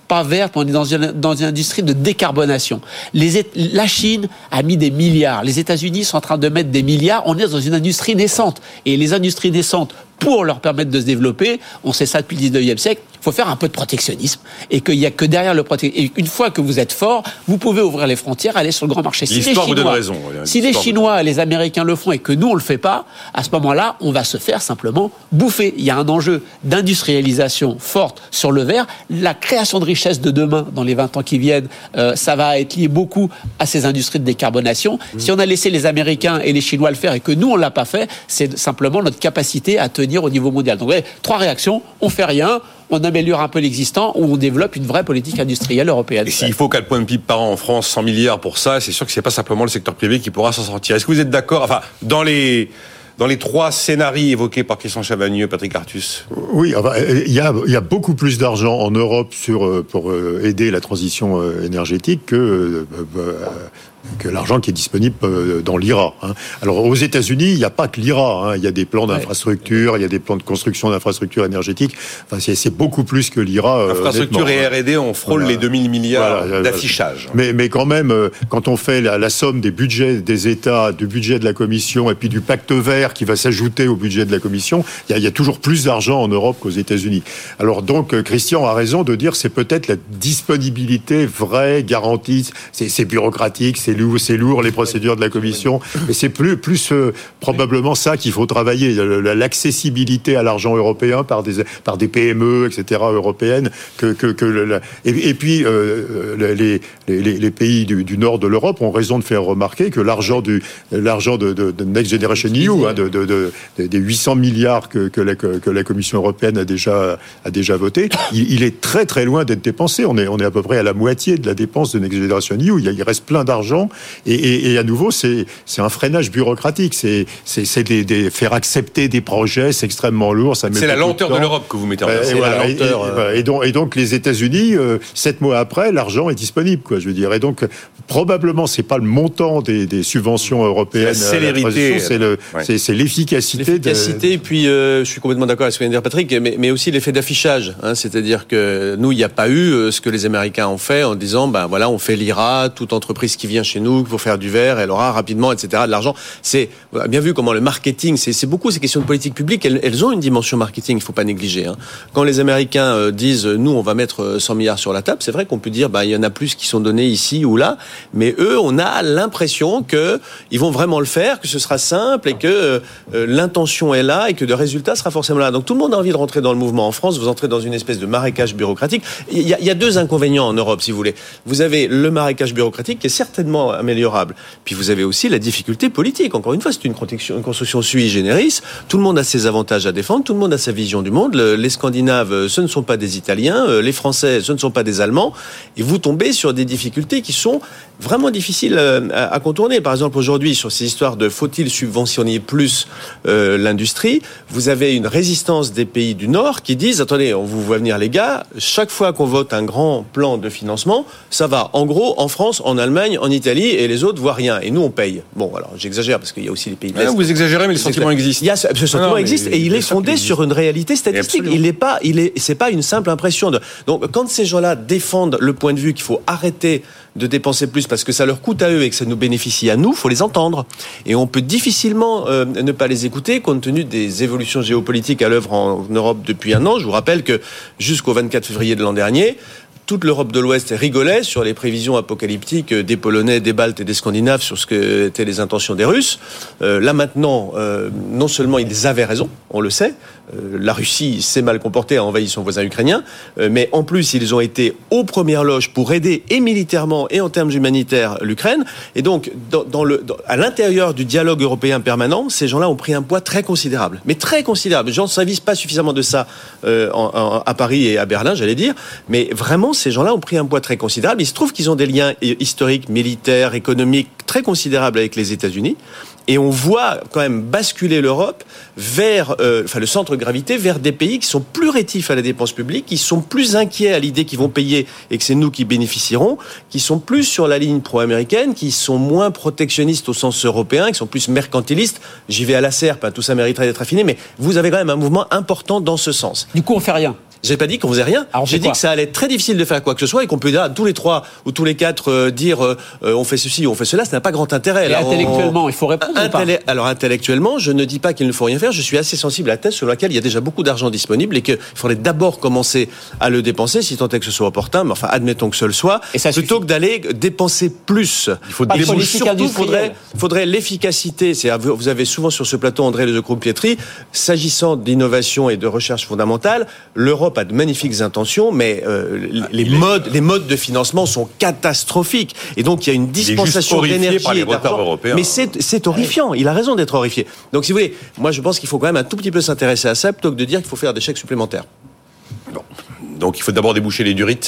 pas verte, on est dans une, dans une industrie de décarbonation. Les, la Chine a mis des milliards, les États-Unis sont en train de mettre des milliards, on est dans une industrie naissante. Et les industries naissantes, pour leur permettre de se développer, on sait ça depuis le dix-neuvième siècle, il faut faire un peu de protectionnisme et qu'il n'y a que derrière le protectionnisme. Et une fois que vous êtes fort, vous pouvez ouvrir les frontières, aller sur le grand marché. Si L'histoire les Chinois, vous donne raison. Si les Chinois et les Américains le font et que nous, on ne le fait pas, à ce moment-là, on va se faire simplement bouffer. Il y a un enjeu d'industrialisation forte sur le vert. La création de richesse de demain, dans les vingt ans qui viennent, euh, ça va être lié beaucoup à ces industries de décarbonation. Mmh. Si on a laissé les Américains et les Chinois le faire et que nous, on ne l'a pas fait, c'est simplement notre capacité à tenir au niveau mondial. Donc, vous voyez, trois réactions. On fait rien. On améliore un peu l'existant ou on développe une vraie politique industrielle européenne. Et s'il faut quatre points de P I B par an en France, cent milliards pour ça, c'est sûr que c'est pas simplement le secteur privé qui pourra s'en sortir. Est-ce que vous êtes d'accord, enfin, dans les... Dans les trois scénarios évoqués par Christian Chavagneux, Patrick Artus? Oui, enfin, il y a, il y a beaucoup plus d'argent en Europe sur, pour aider la transition énergétique que, que l'argent qui est disponible dans l'I R A. Alors, aux États-Unis, il n'y a pas que l'I R A. Il y a des plans d'infrastructure, ouais. Il y a des plans de construction d'infrastructures énergétiques. Enfin, c'est, c'est beaucoup plus que l'I R A. Infrastructure et R et D, on frôle voilà. les deux mille milliards voilà, d'affichage. Mais, mais quand même, quand on fait la, la somme des budgets des États, du budget de la Commission et puis du pacte vert qui va s'ajouter au budget de la Commission, il y a, il y a toujours plus d'argent en Europe qu'aux États-Unis. Alors donc, Christian a raison de dire que c'est peut-être la disponibilité vraie, garantie. C'est, c'est bureaucratique, c'est lourd, c'est lourd les procédures de la Commission, mais c'est plus, plus euh, probablement ça qu'il faut travailler, l'accessibilité à l'argent européen par des, par des P M E, et cetera européennes, que, que, que le, et, et puis euh, les, les, les pays du, du nord de l'Europe ont raison de faire remarquer que l'argent du, l'argent de, de, de Next Generation E U, hein, de, de, de, de, des huit cents milliards que, que, la, que la Commission européenne a déjà, a déjà voté, il, il est très très loin d'être dépensé. On est, on est à peu près à la moitié de la dépense de Next Generation E U. Il, il reste plein d'argent et, et, et à nouveau, c'est, c'est un freinage bureaucratique. C'est, c'est, c'est des, des, faire accepter des projets, c'est extrêmement lourd. Ça met c'est la lenteur de, de l'Europe que vous mettez en place. Euh, et, voilà, et, et, et, donc, et donc les États-Unis, euh, sept mois après, l'argent est disponible, quoi, je veux dire. Et donc probablement, c'est pas le montant des, des subventions européennes. C'est la célérité. C'est, le, ouais. c'est, c'est l'efficacité. L'efficacité, de... et puis euh, je suis complètement d'accord avec ce que vient de dire Patrick, mais, mais aussi l'effet d'affichage. Hein, c'est-à-dire que nous, il n'y a pas eu euh, ce que les Américains ont fait en disant, ben voilà, on fait l'I R A, toute entreprise qui vient chez nous, il faut faire du vert, elle aura rapidement, et cetera, de l'argent. C'est on a bien vu comment le marketing, c'est, c'est beaucoup ces questions de politique publique, elles, elles ont une dimension marketing, il ne faut pas négliger. Hein. Quand les Américains euh, disent, nous, on va mettre cent milliards sur la table, c'est vrai qu'on peut dire, ben il y en a plus qui sont donnés ici ou là, mais eux, on a l'impression que ils vont vraiment le faire, que ce sera simple et que euh, l'intention est là et que le résultat sera forcément là. Donc tout le monde a envie de rentrer dans le mouvement. En France, vous entrez dans une espèce de marécage bureaucratique. Il y a, il y a deux inconvénients en Europe, si vous voulez. Vous avez le marécage bureaucratique qui est certainement améliorable. Puis vous avez aussi la difficulté politique. Encore une fois, c'est une, une construction sui generis. Tout le monde a ses avantages à défendre. Tout le monde a sa vision du monde. Le, les Scandinaves, ce ne sont pas des Italiens. Les Français, ce ne sont pas des Allemands. Et vous tombez sur des difficultés qui sont vraiment difficiles à, à contourner. Par exemple, aujourd'hui, sur ces histoires de faut-il subventionner plus euh, l'industrie, vous avez une résistance des pays du Nord qui disent, attendez, on vous voit venir les gars, chaque fois qu'on vote un grand plan de financement, ça va en gros en France, en Allemagne, en Italie, et les autres voient rien. Et nous, on paye. Bon, alors j'exagère parce qu'il y a aussi les pays de l'Est. Ah, vous exagérez, mais le sentiment existe. Il y a ce, ce sentiment non, existe et il est fondé sur une réalité statistique. Il n'est pas, il est, c'est pas une simple impression de. Donc, quand ces gens-là défendent le point de vue qu'il faut arrêter de dépenser plus parce que ça leur coûte à eux et que ça nous bénéficie à nous, faut les entendre. Et on peut difficilement euh, ne pas les écouter compte tenu des évolutions géopolitiques à l'œuvre en Europe depuis un an. Je vous rappelle que jusqu'au vingt-quatre février de l'an dernier, toute l'Europe de l'Ouest rigolait sur les prévisions apocalyptiques des Polonais, des Baltes et des Scandinaves sur ce que étaient les intentions des Russes. Euh, là maintenant, euh, non seulement ils avaient raison, on le sait, euh, la Russie s'est mal comportée, a envahi son voisin ukrainien, euh, mais en plus ils ont été aux premières loges pour aider et militairement et en termes humanitaires l'Ukraine. Et donc, dans, dans le, dans, à l'intérieur du dialogue européen permanent, ces gens-là ont pris un poids très considérable, mais très considérable. Les gens ne s'avisent pas suffisamment de ça euh, en, en, à Paris et à Berlin, j'allais dire, mais vraiment ces gens-là ont pris un poids très considérable. Il se trouve qu'ils ont des liens historiques, militaires, économiques très considérables avec les États-Unis. Et on voit quand même basculer l'Europe vers, euh, enfin le centre de gravité, vers des pays qui sont plus rétifs à la dépense publique, qui sont plus inquiets à l'idée qu'ils vont payer et que c'est nous qui bénéficierons, qui sont plus sur la ligne pro-américaine, qui sont moins protectionnistes au sens européen, qui sont plus mercantilistes. J'y vais à la serpe, hein, tout ça mériterait d'être affiné, mais vous avez quand même un mouvement important dans ce sens. Du coup, on fait rien. J'ai pas dit qu'on faisait rien. Alors, J'ai dit quoi que ça allait être très difficile de faire quoi que ce soit et qu'on peut dire tous les trois ou tous les quatre euh, dire euh, on fait ceci ou on fait cela. Ça n'a pas grand intérêt. Et Là, intellectuellement, on... il faut répondre Intellect... ou pas Alors intellectuellement, je ne dis pas qu'il ne faut rien faire. Je suis assez sensible à la thèse sur laquelle il y a déjà beaucoup d'argent disponible et qu'il faudrait d'abord commencer à le dépenser, si tant est que ce soit opportun. Mais enfin, admettons que ce le soit, et ça plutôt suffit. que d'aller dépenser plus. Il faut pas de politique surtout, industrielle. faudrait, faudrait l'efficacité. C'est, vous avez souvent sur ce plateau André Le Groupe-Pietri. S'agissant d'innovation et de recherche fondamentale, l'Europe a de magnifiques intentions, mais euh, les modes, les modes de financement sont catastrophiques. Et donc il y a une dispensation d'énergie par les et retards européens. Mais c'est, c'est horrifiant. Il a raison d'être horrifié. Donc si vous voulez, moi je pense qu'il faut quand même un tout petit peu s'intéresser à ça plutôt que de dire qu'il faut faire des chèques supplémentaires. Bon. Donc il faut d'abord déboucher les durites.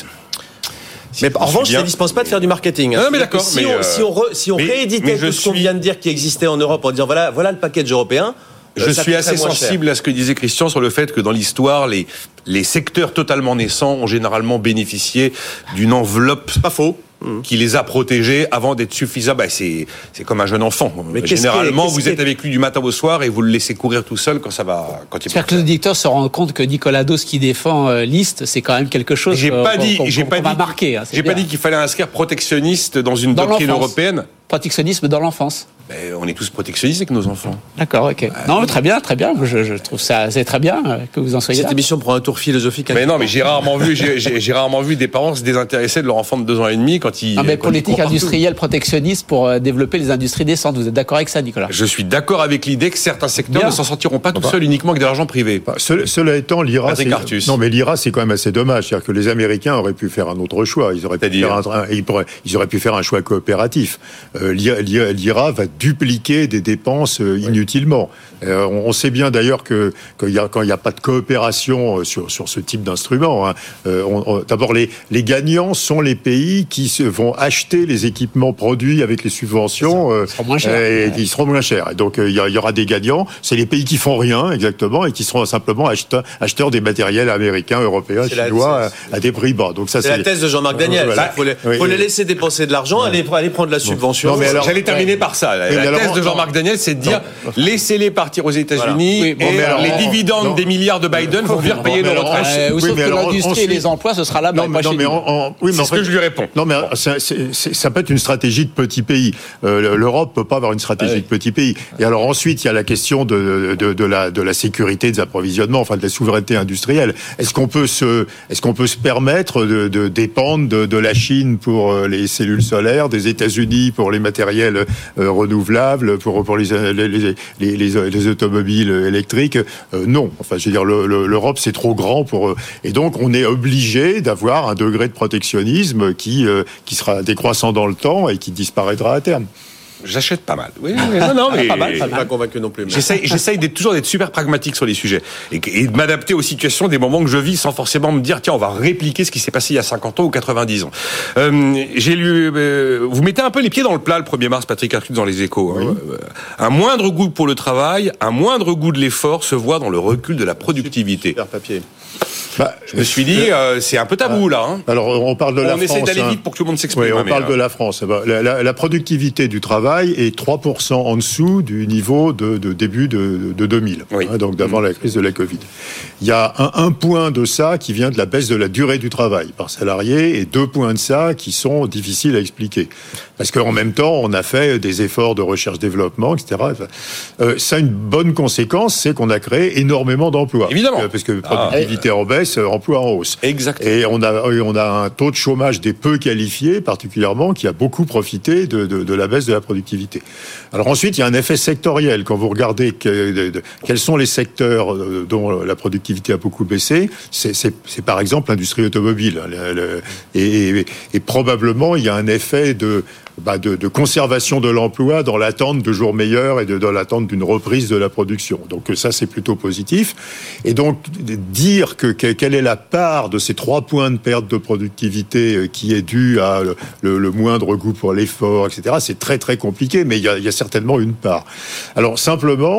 Mais en revanche, ça ne dispense pas de faire du marketing. Non, mais d'accord. Si mais on, euh... si on, re, si on mais, rééditait mais tout ce qu'on suis... vient de dire qui existait en Europe en disant voilà, voilà le package européen. Je suis assez sensible à ce que disait Christian sur le fait que dans l'histoire, les, les secteurs totalement naissants ont généralement bénéficié d'une enveloppe. C'est pas faux. Qui les a protégés avant d'être suffisants. Bah, c'est, c'est comme un jeune enfant. Mais généralement, qu'est-ce vous qu'est... êtes avec lui du matin au soir et vous le laissez courir tout seul quand ça va. Quand il J'espère que le dictateur se rend compte que Nicolas Dos qui défend euh, List, c'est quand même quelque chose. J'ai euh, pas dit, qu'on, j'ai qu'on, pas qu'on dit, marquer, hein, j'ai pas dit qu'il fallait inscrire protectionniste dans une dans doctrine l'enfance. européenne. Protectionnisme dans l'enfance. Mais on est tous protectionnistes avec nos enfants. D'accord, ok. Ah, non, oui. très bien, très bien. Je, je trouve ça, c'est très bien euh, que vous en soyez Cette là. émission prend un tour philosophique. Mais non, mais j'ai rarement vu, j'ai, j'ai, j'ai rarement vu des parents se désintéresser de leur enfant de deux ans et demi quand ils. Non, mais quand politique ils industrielle protectionniste pour euh, développer les industries décentes. Vous êtes d'accord avec ça, Nicolas ? Je suis d'accord avec l'idée que certains secteurs Bien. ne s'en sortiront pas tout Bah. seuls uniquement avec de l'argent privé. Bah, ce, cela étant, l'Ira, Patrick c'est, Artus. non mais l'Ira, c'est quand même assez dommage. C'est-à-dire que les Américains auraient pu faire un autre choix. Ils auraient pu C'est-à-dire faire un, ils, pourraient, ils auraient pu faire un choix coopératif. Euh, l'Ira, l'Ira va dupliquer des dépenses euh, inutilement. Euh, on, on sait bien d'ailleurs que, que y a, quand il n'y a pas de coopération sur, sur ce type d'instrument, hein, euh, on, on, d'abord les, les gagnants sont les pays qui se, vont acheter les équipements produits avec les subventions. Ils seront moins chers. Euh, et Ouais. ils seront moins chers. Et donc il euh, y, y aura des gagnants. C'est les pays qui font rien exactement et qui seront simplement acheteurs, acheteurs des matériels américains, européens, C'est la- chinois c'est- à, à des prix bas. Donc ça C'est c'est la thèse de Jean-Marc Daniel. Voilà. Il faut, les, Oui, faut oui. les laisser dépenser de l'argent, aller, aller prendre la subvention. Non, mais alors- J'allais terminer par ça. La, Oui, la mais alors, thèse de non. Jean-Marc Daniel, c'est de dire laissez-les partir aux États-Unis Voilà. Oui, bon, et mais alors, les on- dividendes non. des milliards de Biden vont venir payer mais nos alors, retraites. Euh, oui, sauf mais que alors, l'industrie ensuite- et les emplois, ce sera là-bas, Non, pas mais, non, chez mais nous. en- en- oui, mais C'est en ce que fait- je lui réponds. Non, mais c'est, c'est, c'est, ça peut être une stratégie de petit pays. Euh, L'Europe peut pas avoir une stratégie Ah oui. de petit pays. Et alors ensuite, il y a la question de, de, de la de la sécurité des approvisionnements, enfin de la souveraineté industrielle. Est-ce qu'on peut se est-ce qu'on peut se permettre de, de dépendre de, de la Chine pour euh, les cellules solaires, des États-Unis pour les matériels euh, renouvelables, pour pour les les les, les, les, les automobiles électriques? Euh, non. Enfin, je veux dire, le, le, l'Europe c'est trop grand pour eux. Et donc on est obligé d'avoir un degré de protectionnisme qui euh, qui sera décroissant dans le temps et qui disparaîtra à terme. J'achète pas mal. Oui, oui, non, non, mais Pas mal, Je pas suis pas convaincu non plus. mais- J'essaye, j'essaye d'être toujours d'être super pragmatique sur les sujets et, et de m'adapter aux situations des moments que je vis sans forcément me dire tiens on va répliquer ce qui s'est passé il y a cinquante ans ou quatre-vingt-dix ans. Euh, j'ai lu, euh, vous mettez un peu les pieds dans le plat le premier mars, Patrick Artus dans les Échos. Hein. Euh, Un moindre goût pour le travail, un moindre goût de l'effort se voit dans le recul de la productivité. Super papier. Bah, Je me suis dit euh, c'est un peu tabou là. Hein. alors on parle de la On France. essaie d'aller hein. vite pour que tout le monde s'exprime. Oui, on hein, mais, parle euh, de la France. La, la- la productivité du travail est trois pour cent en dessous du niveau de, de début de, de deux mille, Oui. hein, donc d'avant la crise de la Covid. Il y a un, un point de ça qui vient de la baisse de la durée du travail par salarié et deux points de ça qui sont difficiles à expliquer. Parce qu'en même temps, on a fait des efforts de recherche-développement, et cetera. Enfin, euh, ça a une bonne conséquence, c'est qu'on a créé énormément d'emplois. Évidemment. Euh, Parce que Ah, productivité en baisse, euh, emploi en hausse. Exact. Et on a, on a un taux de chômage des peu qualifiés, particulièrement, qui a beaucoup profité de, de, de la baisse de la productivité. Alors ensuite, il y a un effet sectoriel. Quand vous regardez que, de, de, quels sont les secteurs dont la productivité a beaucoup baissé, c'est, c'est, c'est par exemple l'industrie automobile. Le, le, et, et, et probablement, il y a un effet de... Bah de, de conservation de l'emploi dans l'attente de jours meilleurs et de, dans l'attente d'une reprise de la production. Donc ça, c'est plutôt positif. Et donc, dire que, que quelle est la part de ces trois points de perte de productivité qui est due à le, le, le moindre goût pour l'effort, et cetera, c'est très, très compliqué, mais il y a, il y a certainement une part. Alors, simplement...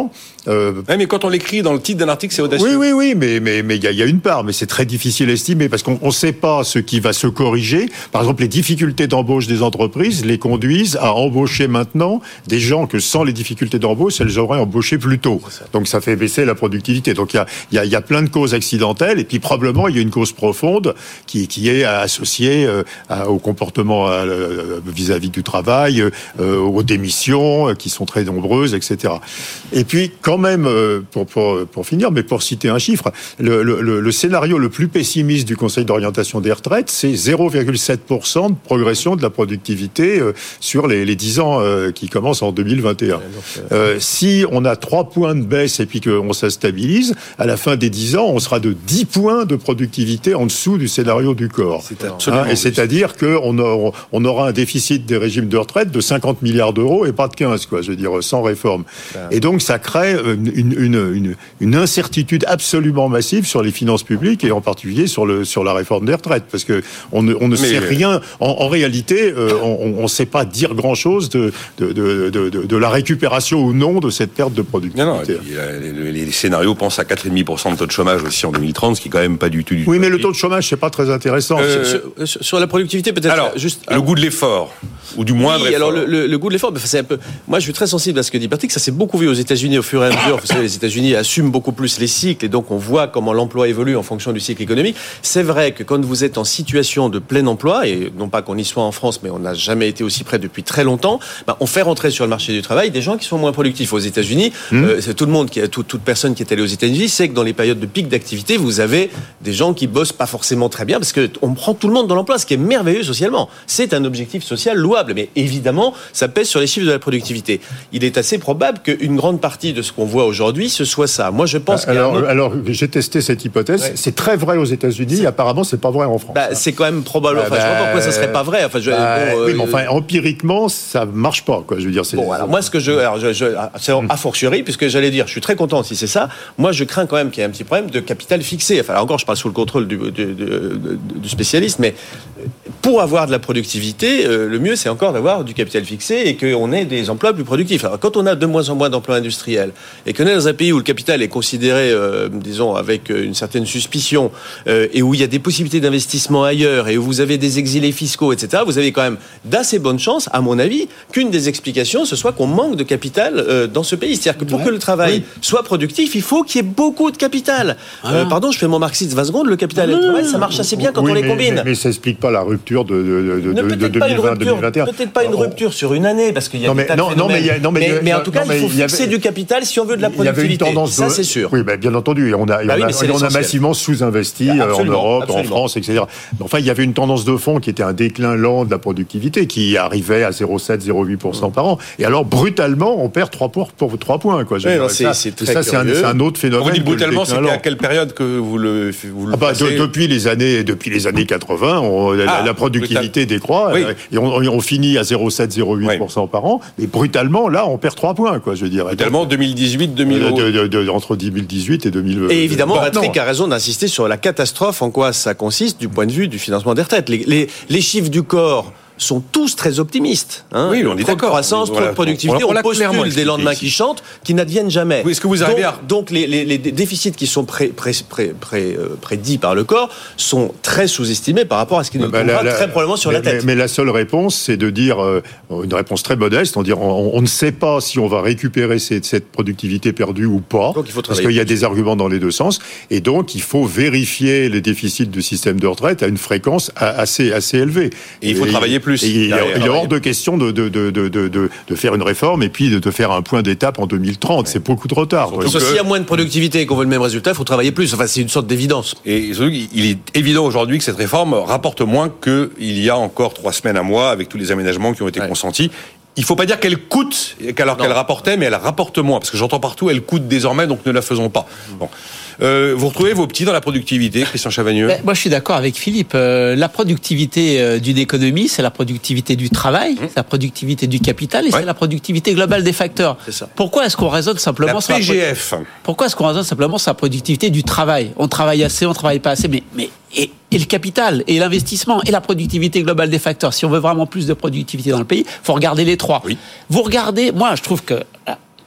Euh, ouais, mais quand on l'écrit dans le titre d'un article, c'est audacieux. Oui, oui, oui, mais mais mais il y a, y a une part, mais c'est très difficile à estimer parce qu'on ne sait pas ce qui va se corriger. Par exemple, les difficultés d'embauche des entreprises les conduisent à embaucher maintenant des gens que sans les difficultés d'embauche, elles auraient embauché plus tôt. Donc ça fait baisser la productivité. Donc il y a il y a, y a plein de causes accidentelles et puis probablement il y a une cause profonde qui qui est associée euh, à, au comportement euh, vis-à-vis du travail, euh, aux démissions euh, qui sont très nombreuses, et cetera. Et puis quand même euh, pour pour pour finir, mais pour citer un chiffre, le, le, le scénario le plus pessimiste du Conseil d'orientation des retraites, c'est zéro virgule sept pour cent de progression de la productivité euh, sur les, les dix ans euh, qui commencent en deux mille vingt et un. Euh, si on a trois points de baisse et puis qu'on se stabilise, à la fin des dix ans, on sera de dix points de productivité en dessous du scénario du corps. C'est absolument hein, et c'est-à-dire qu'on aura, on aura un déficit des régimes de retraite de cinquante milliards d'euros et pas de quinze, quoi, je veux dire, sans réforme. Ah. Et donc, ça crée une, une, une, une incertitude absolument massive sur les finances publiques et en particulier sur, le, sur la réforme des retraites. Parce qu'on ne, on ne sait rien. En, en réalité, euh, on ne sait pas dire grand-chose de, de, de, de, de, de la récupération ou non de cette perte de productivité. Non, non, puis, les, les scénarios pensent à quatre virgule cinq pour cent de taux de chômage aussi en deux mille trente, ce qui est quand même pas du tout du Oui, mais le taux de chômage, c'est pas très intéressant. Euh, sur, sur la productivité, peut-être. Alors, juste le goût de l'effort ou du moindre oui, effort. Alors le, le, le goût de l'effort, c'est un peu. Moi, je suis très sensible à ce que dit Patrick. Ça s'est beaucoup vu aux États-Unis au fur et à mesure. Vous savez, les États-Unis assument beaucoup plus les cycles et donc on voit comment l'emploi évolue en fonction du cycle économique. C'est vrai que quand vous êtes en situation de plein emploi, et non pas qu'on y soit en France, mais on n'a jamais été aussi près depuis très longtemps, ben, on fait rentrer sur le marché du travail des gens qui sont moins productifs. Aux États-Unis, mmh. euh, c'est tout le monde qui a tout, toute personne qui est allée aux États-Unis sait que dans les périodes de pic d'activité, vous avez des gens qui bossent pas forcément très bien parce que on prend tout le monde dans l'emploi, ce qui est merveilleux socialement. C'est un objectif social louable, mais évidemment, ça pèse sur les chiffres de la productivité. Il est assez probable qu'une grande partie de ce qu'on voit aujourd'hui, ce soit ça. Moi, je pense. Alors, qu'il y a un... alors j'ai testé cette hypothèse. Ouais. C'est très vrai aux États-Unis. Apparemment, c'est pas vrai en France. Bah, c'est quand même probable. Enfin, bah, je vois pas pourquoi ça serait pas vrai. Enfin, je... bah, bon, oui, euh... mais enfin, empiriquement, ça marche pas. Quoi. Je veux dire, c'est. Bon, alors moi, ce que je, alors, je, je... c'est a fortiori, puisque j'allais dire, je suis très content si c'est ça. Moi, je crains quand même qu'il y ait un petit problème de capital fixé. Enfin, là encore, je parle sous le contrôle du, du, du, du spécialiste, mais pour avoir de la productivité, euh, le mieux, c'est encore d'avoir du capital fixé et qu'on ait des emplois plus productifs. Alors, quand on a de moins en moins d'emplois industriels et qu'on est dans un pays où le capital est considéré, euh, disons, avec une certaine suspicion euh, et où il y a des possibilités d'investissement ailleurs et où vous avez des exilés fiscaux, et cetera, vous avez quand même d'assez bonnes chances, à mon avis, qu'une des explications, ce soit qu'on manque de capital euh, dans ce pays. C'est-à-dire que pour ouais, que le travail oui. soit productif, il faut qu'il y ait beaucoup de capital. Ah. Euh, pardon, je fais mon marxiste vingt secondes, le capital ah. et le travail, ça marche assez bien quand oui, on les mais, combine. Mais, mais ça explique pas la rupture de, de, de, de, de deux mille vingt deux mille vingt et un. Peut-être pas une rupture sur une année, parce qu'il y a non, des mais, tas de non, non, mais, a, non, mais, mais, mais en tout cas, non, il faut fixer avait, du capital si on veut de la productivité. Il y avait une tendance ça, de... c'est sûr. Oui, bah, bien entendu. On a, bah oui, on a, on a massivement sous-investi ah, en Europe, absolument. En France, et cetera. Mais enfin, il y avait une tendance de fond qui était un déclin lent de la productivité, qui arrivait à zéro virgule sept à zéro virgule huit pour cent mmh. par an. Et alors, brutalement, on perd trois points pour trois points. Quoi. Oui, non, c'est, ça, c'est, très ça c'est, un, c'est un autre phénomène. Vous dites brutalement, c'était à quelle période que vous le, vous le ah bah, de, depuis les années, depuis les années quatre-vingts, on, la, ah, la productivité brutal. décroît oui. et on, on finit à zéro virgule sept à zéro virgule huit pour cent oui. par an. Et brutalement, là, on perd trois points, quoi. Je veux dire. Brutalement, deux mille dix-huit deux mille de, de, de, entre deux mille dix-huit et deux mille vingt. Et évidemment, bah, Patrick non. a raison d'insister sur la catastrophe en quoi ça consiste du point de vue du financement des retraites. Les, les, les chiffres du corps sont tous très optimistes. Hein. Oui, on est trop d'accord. de croissance, voilà, trop de productivité. On, on, on postule des lendemains ici. qui chantent, qui n'adviennent jamais. Oui, est-ce que vous arrivez donc, à... donc les, les, les déficits qui sont pré, pré, pré, pré, euh, prédits par le corps sont très sous-estimés par rapport à ce qui nous bah, tombera très probablement sur mais, la tête. Mais, mais la seule réponse, c'est de dire, euh, une réponse très modeste, on, dire, on, on ne sait pas si on va récupérer cette, cette productivité perdue ou pas, donc, il faut parce qu'il y a des arguments dans les deux sens, et donc il faut vérifier les déficits du système de retraite à une fréquence assez, assez élevée. Et il faut et, travailler plus. Et, et, il y a hors de question de, de, de, de, de, de faire une réforme et puis de, de faire un point d'étape en deux mille trente. Ouais. C'est beaucoup trop tard. Donc, s'il y a moins de productivité et qu'on veut le même résultat, il faut travailler plus. Enfin, c'est une sorte d'évidence. Et il est évident aujourd'hui que cette réforme rapporte moins qu'il y a encore trois semaines, un mois, avec tous les aménagements qui ont été ouais. consentis. Il ne faut pas dire qu'elle coûte, alors qu'elle rapportait, mais elle rapporte moins. Parce que j'entends partout, elle coûte désormais, donc ne la faisons pas. Bon. Euh, vous retrouvez vos petits dans la productivité, Christian Chavagneux ? Ben, moi, je suis d'accord avec Philippe. Euh, la productivité euh, d'une économie, c'est la productivité du travail, mmh. c'est la productivité du capital et ouais. c'est la productivité globale des facteurs. C'est ça. Pourquoi est-ce qu'on raisonne simplement la sur P G F. la pro... Pourquoi est-ce qu'on raisonne simplement sur la productivité du travail ? On travaille assez, on travaille pas assez, mais mais et, et le capital et l'investissement et la productivité globale des facteurs. Si on veut vraiment plus de productivité dans le pays, faut regarder les trois. Oui. Vous regardez, moi, je trouve que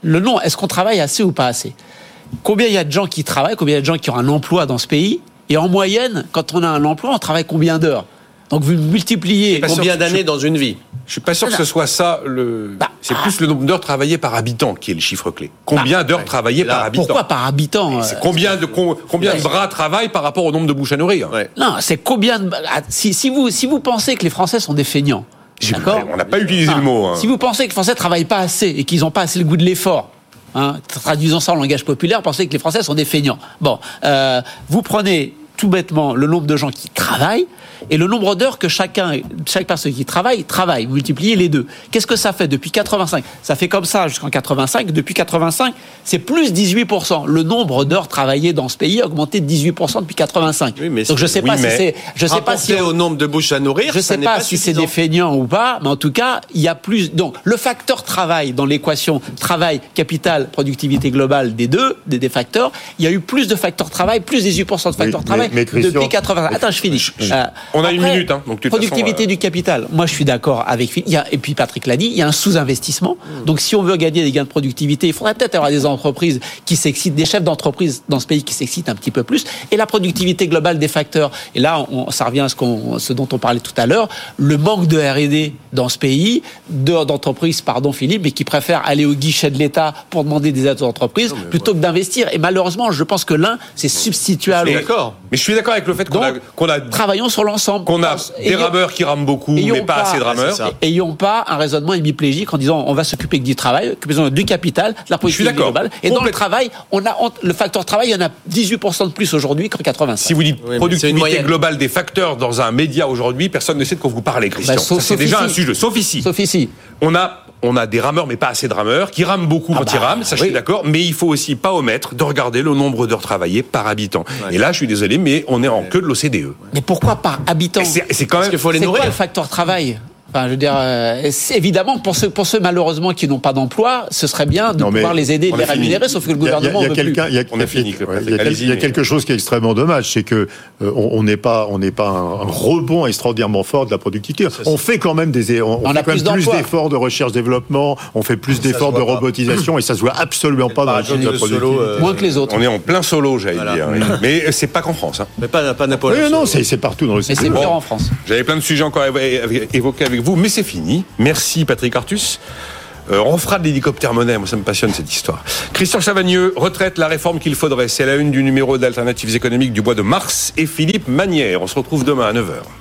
le nom, est-ce qu'on travaille assez ou pas assez ? Combien il y a de gens qui travaillent, combien il y a de gens qui ont un emploi dans ce pays ? Et en moyenne, quand on a un emploi, on travaille combien d'heures ? Donc vous multipliez... Combien d'années dans une vie ? Je suis pas sûr que ce soit ça le. Bah, c'est plus le nombre d'heures travaillées par habitant qui est le chiffre clé. Combien bah, d'heures ouais. travaillées Là, par habitant ? Pourquoi par habitant ? C'est combien de com- combien de bras travaillent par rapport au nombre de bouches à nourrir ? Ouais. Non, c'est combien de... Si, si, vous, si vous pensez que les Français sont des feignants, J'ai- d'accord ? On n'a pas utilisé Ah, le mot. hein. Si vous pensez que les Français ne travaillent pas assez et qu'ils n'ont pas assez le goût de l'effort, hein, traduisant ça en langage populaire, pensez que les Français sont des feignants. Bon, euh, vous prenez tout bêtement le nombre de gens qui travaillent et le nombre d'heures que chacun, chaque personne qui travaille, travaille. Vous multipliez les deux. Qu'est-ce que ça fait depuis quatre-vingt-cinq ? Ça fait comme ça jusqu'en quatre-vingt-cinq. Depuis quatre-vingt-cinq, c'est plus dix-huit pour cent. Le nombre d'heures travaillées dans ce pays a augmenté de dix-huit pour cent depuis quatre-vingt-cinq. Oui, mais Donc je sais oui, pas mais si c'est, je sais pas si Rapporté au nombre de bouches à nourrir, je ça sais n'est pas, pas si c'est suffisant. des feignants ou pas, mais en tout cas, il y a plus. Donc, le facteur travail dans l'équation travail, capital, productivité globale des deux, des, des facteurs, il y a eu plus de facteurs travail, plus dix-huit pour cent de facteurs Mais- travail mais- mais Christian- depuis quatre-vingt. Attends, je finis. Euh, On a une après, minute, hein, donc de toute productivité façon, euh, du capital. Moi, je suis d'accord avec Philippe. Il y a, et puis Patrick l'a dit, il y a un sous-investissement. Donc, si on veut gagner des gains de productivité, il faudrait peut-être avoir des entreprises qui s'excitent, des chefs d'entreprise dans ce pays qui s'excitent un petit peu plus. Et la productivité globale des facteurs. Et là, on, ça revient à ce, qu'on, ce dont on parlait tout à l'heure, le manque de R et D dans ce pays, de, d'entreprises, pardon Philippe, mais qui préfèrent aller au guichet de l'État pour demander des aides aux entreprises plutôt que d'investir. Et malheureusement, je pense que l'un, c'est substituable. Mais, D'accord. mais je suis d'accord avec le fait qu'on a, Donc, qu'on a, Travaillons sur l'ensemble. qu'on a des Ayons- rameurs qui rament beaucoup, ayons mais pas, assez de rameurs. c'est ça. Ayons pas un raisonnement hémiplégique en disant on va s'occuper que du travail, occupons du capital, de la productivité d'accord. globale. Et dans le Complète- travail, on a on- le facteur travail, il y en a dix-huit pour cent de plus aujourd'hui qu'en quatre-vingt-cinq. Si vous dites Oui, mais c'est une productivité moyenne. globale des facteurs dans un média aujourd'hui, personne ne sait de quoi vous parlez, Christian. Bah, sauf- Ça, c'est sauf déjà ici. un sujet, sauf ici. Sauf ici. On a, on a des rameurs, mais pas assez de rameurs, qui rament beaucoup Ah quand bah, ils rament, ça je oui. suis d'accord, mais il faut aussi pas omettre de regarder le nombre d'heures travaillées par habitant. Et là, je suis désolé, mais on est en queue de l'O C D E. Mais pourquoi par habitant Et C'est, c'est quand même... qu'il faut les C'est nourrir. quoi le facteur travail? Enfin, je veux dire, euh, c'est évidemment pour ceux, pour ceux malheureusement qui n'ont pas d'emploi, ce serait bien de Non, mais pouvoir les aider, de on les a fini. rémunérer, sauf que le Il y a- gouvernement il y a, ne veut quelqu'un, plus. il y a, On a fini, il y a- Patrick, il y a quel- allez-y, il y a mais- quelque chose qui est extrêmement dommage, c'est que euh, on on n'est pas, on n'est pas un, un rebond extraordinairement fort de la productivité. On fait quand même des, on, on On fait a quand plus même plus d'emplois. d'efforts de recherche-développement, on fait plus d'efforts se de voit pas. robotisation et ça se voit absolument pas dans la paradoxe chaîne de la de Solo, productivité. euh, Moins que les autres. On est en plein solo, j'allais Voilà. dire. oui. Mais c'est pas qu'en France. Hein. Mais pas, pas Napoléon. Oui, non, c'est, c'est partout dans le Mais c'est secteur. pire Bon. en France. J'avais plein de sujets encore à évo- évoquer avec vous, mais c'est fini. Merci Patrick Artus. Euh, on fera de l'hélicoptère monnaie, moi ça me passionne cette histoire. Christian Chavagneux, retraite, la réforme qu'il faudrait. C'est la une du numéro d'Alternatives économiques du mois de mars. Et Philippe Magnière, on se retrouve demain à neuf heures.